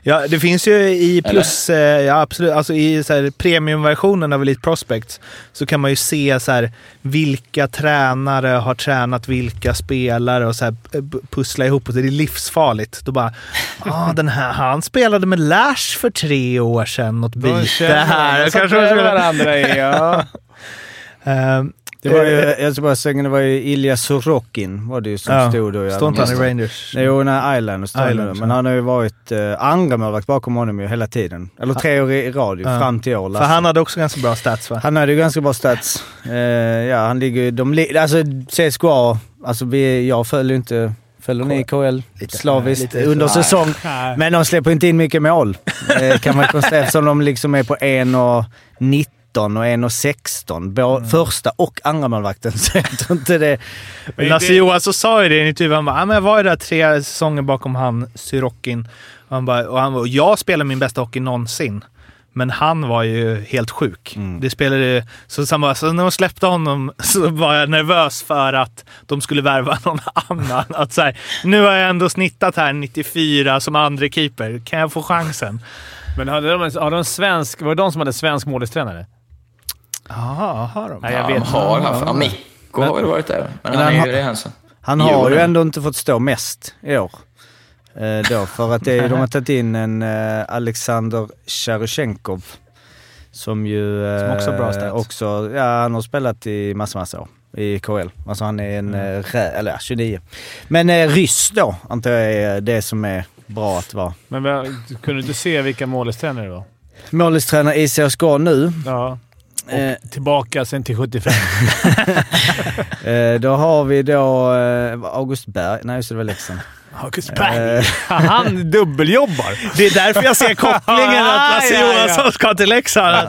Ja, det finns ju i plus, eh, ja, absolut, alltså i så här, premiumversionen av Elite Prospects så kan man ju se så här, vilka tränare har tränat vilka spelare och så här, pussla ihop och det är livsfarligt. Då bara, ah, den här, han spelade med Lash för tre år sedan, något byte här. Kanske man skulle andra i, ja. um, Det var ju, jag ska bara säga, det var ju Ilja Sorokin var det ju som ja, stod då. Stod inte han i Rangers? Nej, jo, nej, Island, Island men han har ju varit eh, andra målvakt bakom honom ju hela tiden. Eller tre år i radio, ja. Fram till år. För han hade också ganska bra stats, va? Han hade ju ganska bra stats. Eh, ja, han ligger de, alltså C S K A, alltså vi, jag följer inte... Följer ni i K L lite, slaviskt lite, under säsong. Nej. Men de släpper inte in mycket mål. eh, kan man konstatera, eftersom de liksom är på en och nitton och en och sexton. Både mm. första och andra målvakten. Så jag tror inte det... Men Lasse det... Johansson sa ju det i intervjun. Han bara, ah, men jag var ju där tre säsonger bakom han, Sorokin. Och han bara, och han bara, jag spelar min bästa hockey någonsin. Men han var ju helt sjuk. Mm. Det spelade så, samma, så när de släppte honom så var jag nervös för att de skulle värva någon annan. Att så här, nu har jag ändå snittat här nittiofyra som andra keeper. Kan jag få chansen? Men hade de, hade de svensk, var det de som hade svensk målistränare? Jaha, har de? Nej, jag vet. Ja, har han. Ja, Mikko har väl varit där. Men, men han, han, är ju det, alltså. Han har ju ändå inte fått stå mest i år. Eh, då, för att det, de har tagit in en eh, Alexander Cheryshenkov som ju eh, som också bra stats. Också, ja, han har spelat i massa massa år i K L. Alltså han är en mm. rä, eller ja, tjugonio. Men eh, ryss då antar jag är det som är bra att vara. Men vad, kunde du inte se vilka målistränare det var? Målistränare i C S K A nu. Ja. Och eh, tillbaka sen till sjuttiofem. eh, då har vi då eh, August Berg. Nej, just det, var Leksand. August Berg. Eh. Han dubbeljobbar. Det är därför jag ser kopplingen att Lasse Johansson ska till Leksand.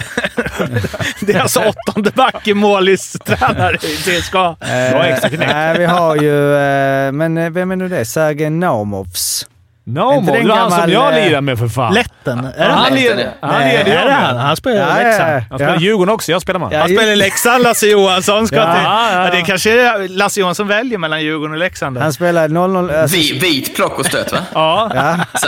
Det är alltså åttonde back i målistränare i C S K A. Eh, nej, vi har ju... Eh, men vem är nu det? Sergej Naumovs. No, det var han som jag lirar med för fan. Letten. Är ja, han lirar han nej, är det han? Han spelar ja, Leksand. Han spelar ja. Djurgården också, jag spelar man. Ja, han spelar Leksand, Lasse Johansson. Ska ja, till. Ja, ja. Ja, det kanske är Lasse Johansson väljer mellan Djurgården och Leksand. Han spelar noll noll... Alltså... Vit, vit plock och stöt, va? Ja. ja. Så,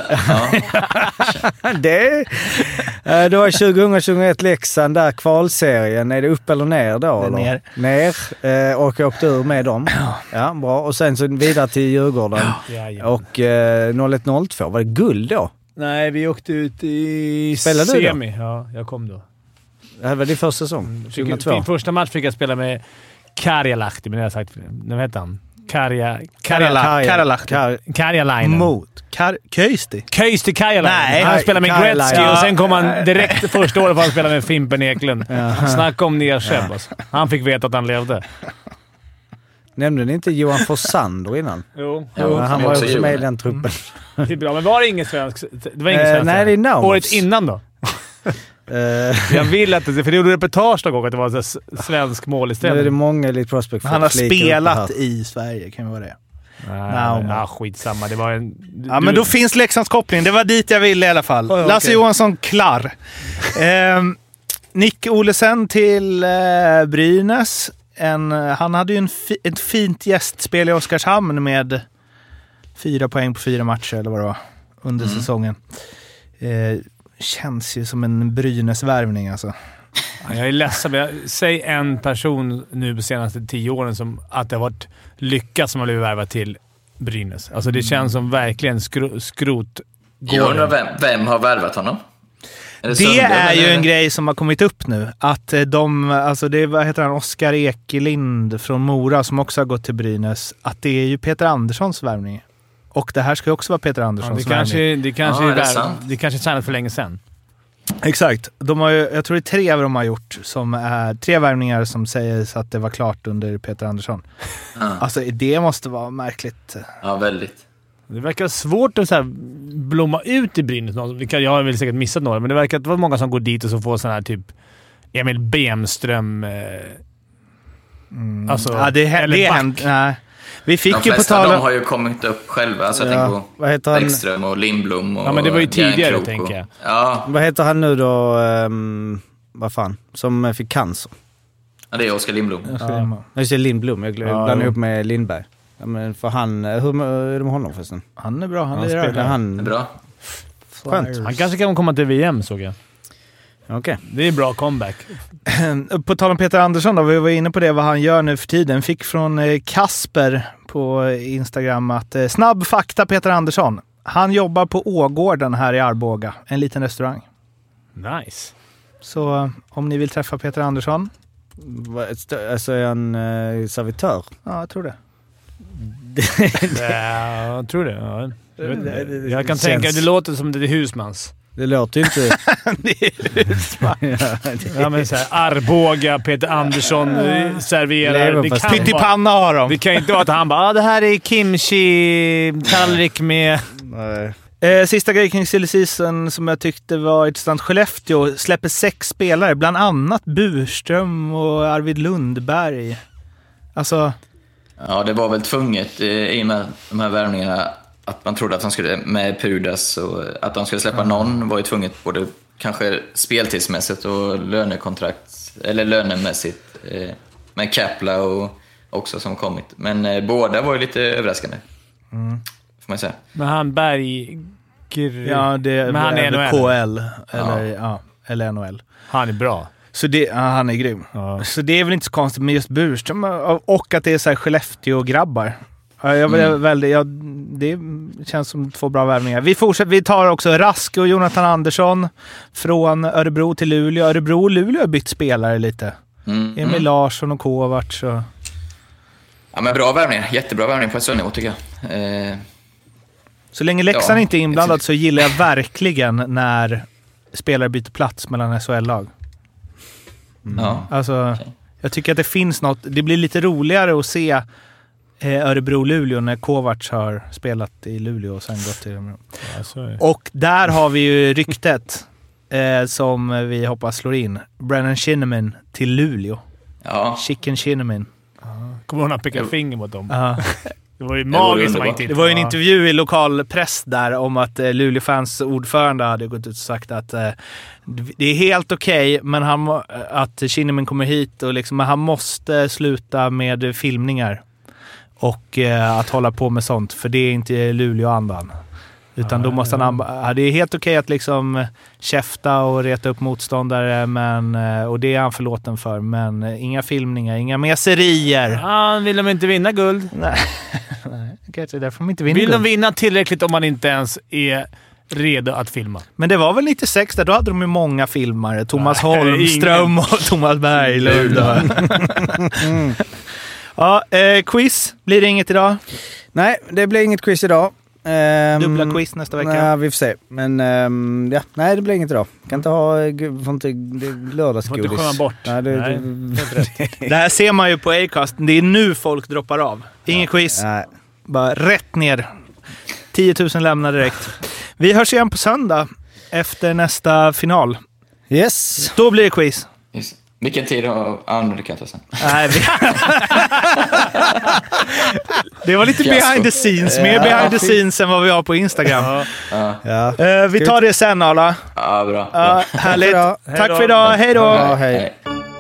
ja. det, det var tjugohundra tjugoett Leksand där, kvalserien. Är det upp eller ner då? Eller? Ner. Ner. Och åkte ur med dem. Ja, bra. Och sen så vidare till Djurgården. Ja, ja. Och eh, noll ett noll två. Var det guld då? Nej, vi åkte ut i Spelade semi. Du då? Ja, jag kom då. Det här var din första säsong, tjugohundratvå. Min första match fick jag spela med Karjalahti, men det har jag sagt. Vad heter han? Karja... Karjalahti. Karjalainen. Mot. Köisti. Köisti Karjalainen. Nej. Han spelade med Gretzky ja. och sen kom han direkt första året för att spela med Fimpen Eklund. Ja. Snacka om nerkäbb. Ja. Alltså. Han fick veta att han levde. Nämnde ni inte Johan Forsander innan? Jo. jo han var också med i den truppen. Mm. Det är bra, men var det ingen svensk? Det var ingen svensk. Uh, nej, det är Naumovs. Året innan då? uh, jag vill att det... För det gjorde reportage någon gång att det var en svensk målistränare. Nu är det många Elite Prospect. Han har spelat i Sverige, kan det vara det? Nej, ja, skitsamma. Det var en... Du, ja, men då finns Leksands koppling. Det var dit jag ville i alla fall. Oh, Lasse okay. Johansson, klar. eh, Nick Olesen till eh, Brynäs. En, han hade ju en fi, ett fint gästspel i Oskarshamn med fyra poäng på fyra matcher eller vad det var under mm. säsongen. Eh, känns ju som en Brynäs-värvning alltså. Jag är ledsen, men säg en person nu de senaste tio åren som att det har varit lyckat som har blivit värvat till Brynäs. Alltså det känns som verkligen skro, skrot. Jag undrar vem, vem har värvat honom? Är det det är ju en grej som har kommit upp nu. Att de, alltså det vad heter han, Oskar Ekelind från Mora som också har gått till Brynäs. Att det är ju Peter Anderssons värvning. Och det här ska ju också vara Peter Anderssons ja, det kanske, värvning. Det kanske ja, är det, är det kanske är signat för länge sedan. Exakt. De har ju, jag tror det är tre av de har gjort som är tre värvningar som säger att det var klart under Peter Andersson. Ja. Alltså det måste vara märkligt. Ja, väldigt. Det verkar svårt att så här blomma ut i Brynäs. Jag har väl säkert missat några, men det verkar att det var många som går dit och så får sån här typ Emil Bemström. Eh, mm. Alltså, ja, det händer. Nej. Vi fick de ju flesta på tal de har ju kommit upp själva. Alltså ja. jag tänker på Bäckström och Lindblom. Och ja, men det var ju tidigare, tänker jag. Ja. Vad heter han nu då? Um, vad fan? Som fick cancer. Ja, det är Oskar Lindblom. Ja. Jag säger Lindblom. Jag blandar ja, ihop med Lindberg. Ja, men för han, hur är det med honom förresten? Han är bra. Han, han är spelar han är bra. Skönt. Han kanske kan komma till V M, såg jag. Okej. Okay. Det är bra comeback. På tal om Peter Andersson då, vi var inne på det, vad han gör nu för tiden. Fick från Kasper på Instagram att snabb fakta Peter Andersson. Han jobbar på Ågården här i Arboga, en liten restaurang. Nice. Så om ni vill träffa Peter Andersson. Alltså är han uh, servitör? Ja, jag tror det. Ja, jag tror det. Ja. Jag, vet inte. Jag kan tänka, det låter som det är husmans. Det låter ju inte... det är husmans. Ja, men så här, Arboga, Peter Andersson serverar. Det kan pyttipanna har de. Det kan inte vara att han bara, ah, det här är kimchi-tallrik med... Nej. Eh, sista grejen kring silly season som jag tyckte var intressant. Skellefteå släpper sex spelare, bland annat Burström och Arvid Lundberg. Alltså... Ja, det var väl tvunget i och med de här värvningarna att man trodde att de skulle med Pudas och att de skulle släppa mm. någon var ju tvunget både kanske speltidsmässigt och lönekontrakt eller lönemässigt eh, med Kapla och också som kommit. Men eh, båda var ju lite överraskande. Mm. Får man säga. Men han Berg... Ja, det men han är N H L. K L eller, ja. Ja, eller N H L. Han är bra. Så det, ja, han är grym. Ja. Så det är väl inte så konstigt med just Burström och att det är så här Skellefteå-grabbar. Jag, mm. väldigt, jag, det känns som två bra värvningar. Vi fortsätter, vi tar också Rask och Jonathan Andersson från Örebro till Luleå. Örebro och Luleå har bytt spelare lite. Mm. Emil mm. Larsson och Kovacs. Och... Ja, men bra värvningar. Jättebra värvning på ett sånt nivå tycker jag. Eh... Så länge Leksand ja, inte är inblandad så gillar jag verkligen när spelare byter plats mellan S H L-lag. Mm. Ja. Alltså, okay. Jag tycker att det finns något. Det blir lite roligare att se eh, Örebro-Luleå när Kovacs har spelat i Luleå och sen gått till Örebro. Ja, och där har vi ju ryktet eh, som vi hoppas slår in. Brennan Shinnimin till Luleå. Ja. Chicken Shinnimin. Ja. Kommer hon att peka finger mot dem? Ja. Det var ju magiskt. Det, det var ju en intervju i lokal press där om att eh, Luleå-fans ordförande hade gått ut och sagt att eh, det är helt okej okay, men han, att Kinnaman kommer hit och liksom, han måste sluta med filmningar och eh, att hålla på med sånt, för det är inte Luleå-andan. Utan ah, då måste han... Ja, det är helt okej okay att liksom käfta och reta upp motståndare, men, och det är han förlåten för. Men inga filmningar, inga meserier. Han ah, vill de inte vinna guld. Nej, Nej kanske därför de inte vinner vill guld. De vinna tillräckligt om man inte ens är redo att filma. Men det var väl nittiosex där, då hade de ju många filmare. Thomas Nej, Holmström ingen... och Thomas Berglund. mm. Ja, eh, quiz. Blir det inget idag? Nej, det blir inget quiz idag. Um, Dubbla quiz nästa vecka. Nej, vi får se. Men um, ja, nej, det blir inget idag. Kan inte ha får inte lördagsgodis. Får inte komma bort. Nej, det, nej. Det, det här ser man ju på Acast. Det är nu folk droppar av. Ingen ja. quiz. Nej. Bara rätt ner. tio tusen lämnar direkt. Vi hörs igen på söndag efter nästa final. Yes. Då blir det quiz. Yes. Vilken tid har Arne du kan ta sen? Nej, vi... Det var lite behind the scenes. Mer ja, behind the scenes än vad vi har på Instagram. Ja. Ja. Uh, vi tar det sen, alla. Ja, bra. Uh, härligt. Tack för idag. Hej då. Ja, hej.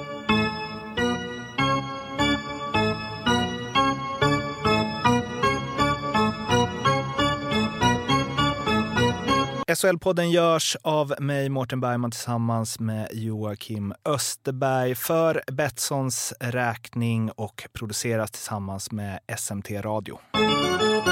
S H L-podden görs av mig, Mårten Bergman, tillsammans med Joakim Österberg för Betssons räkning och produceras tillsammans med S M T Radio.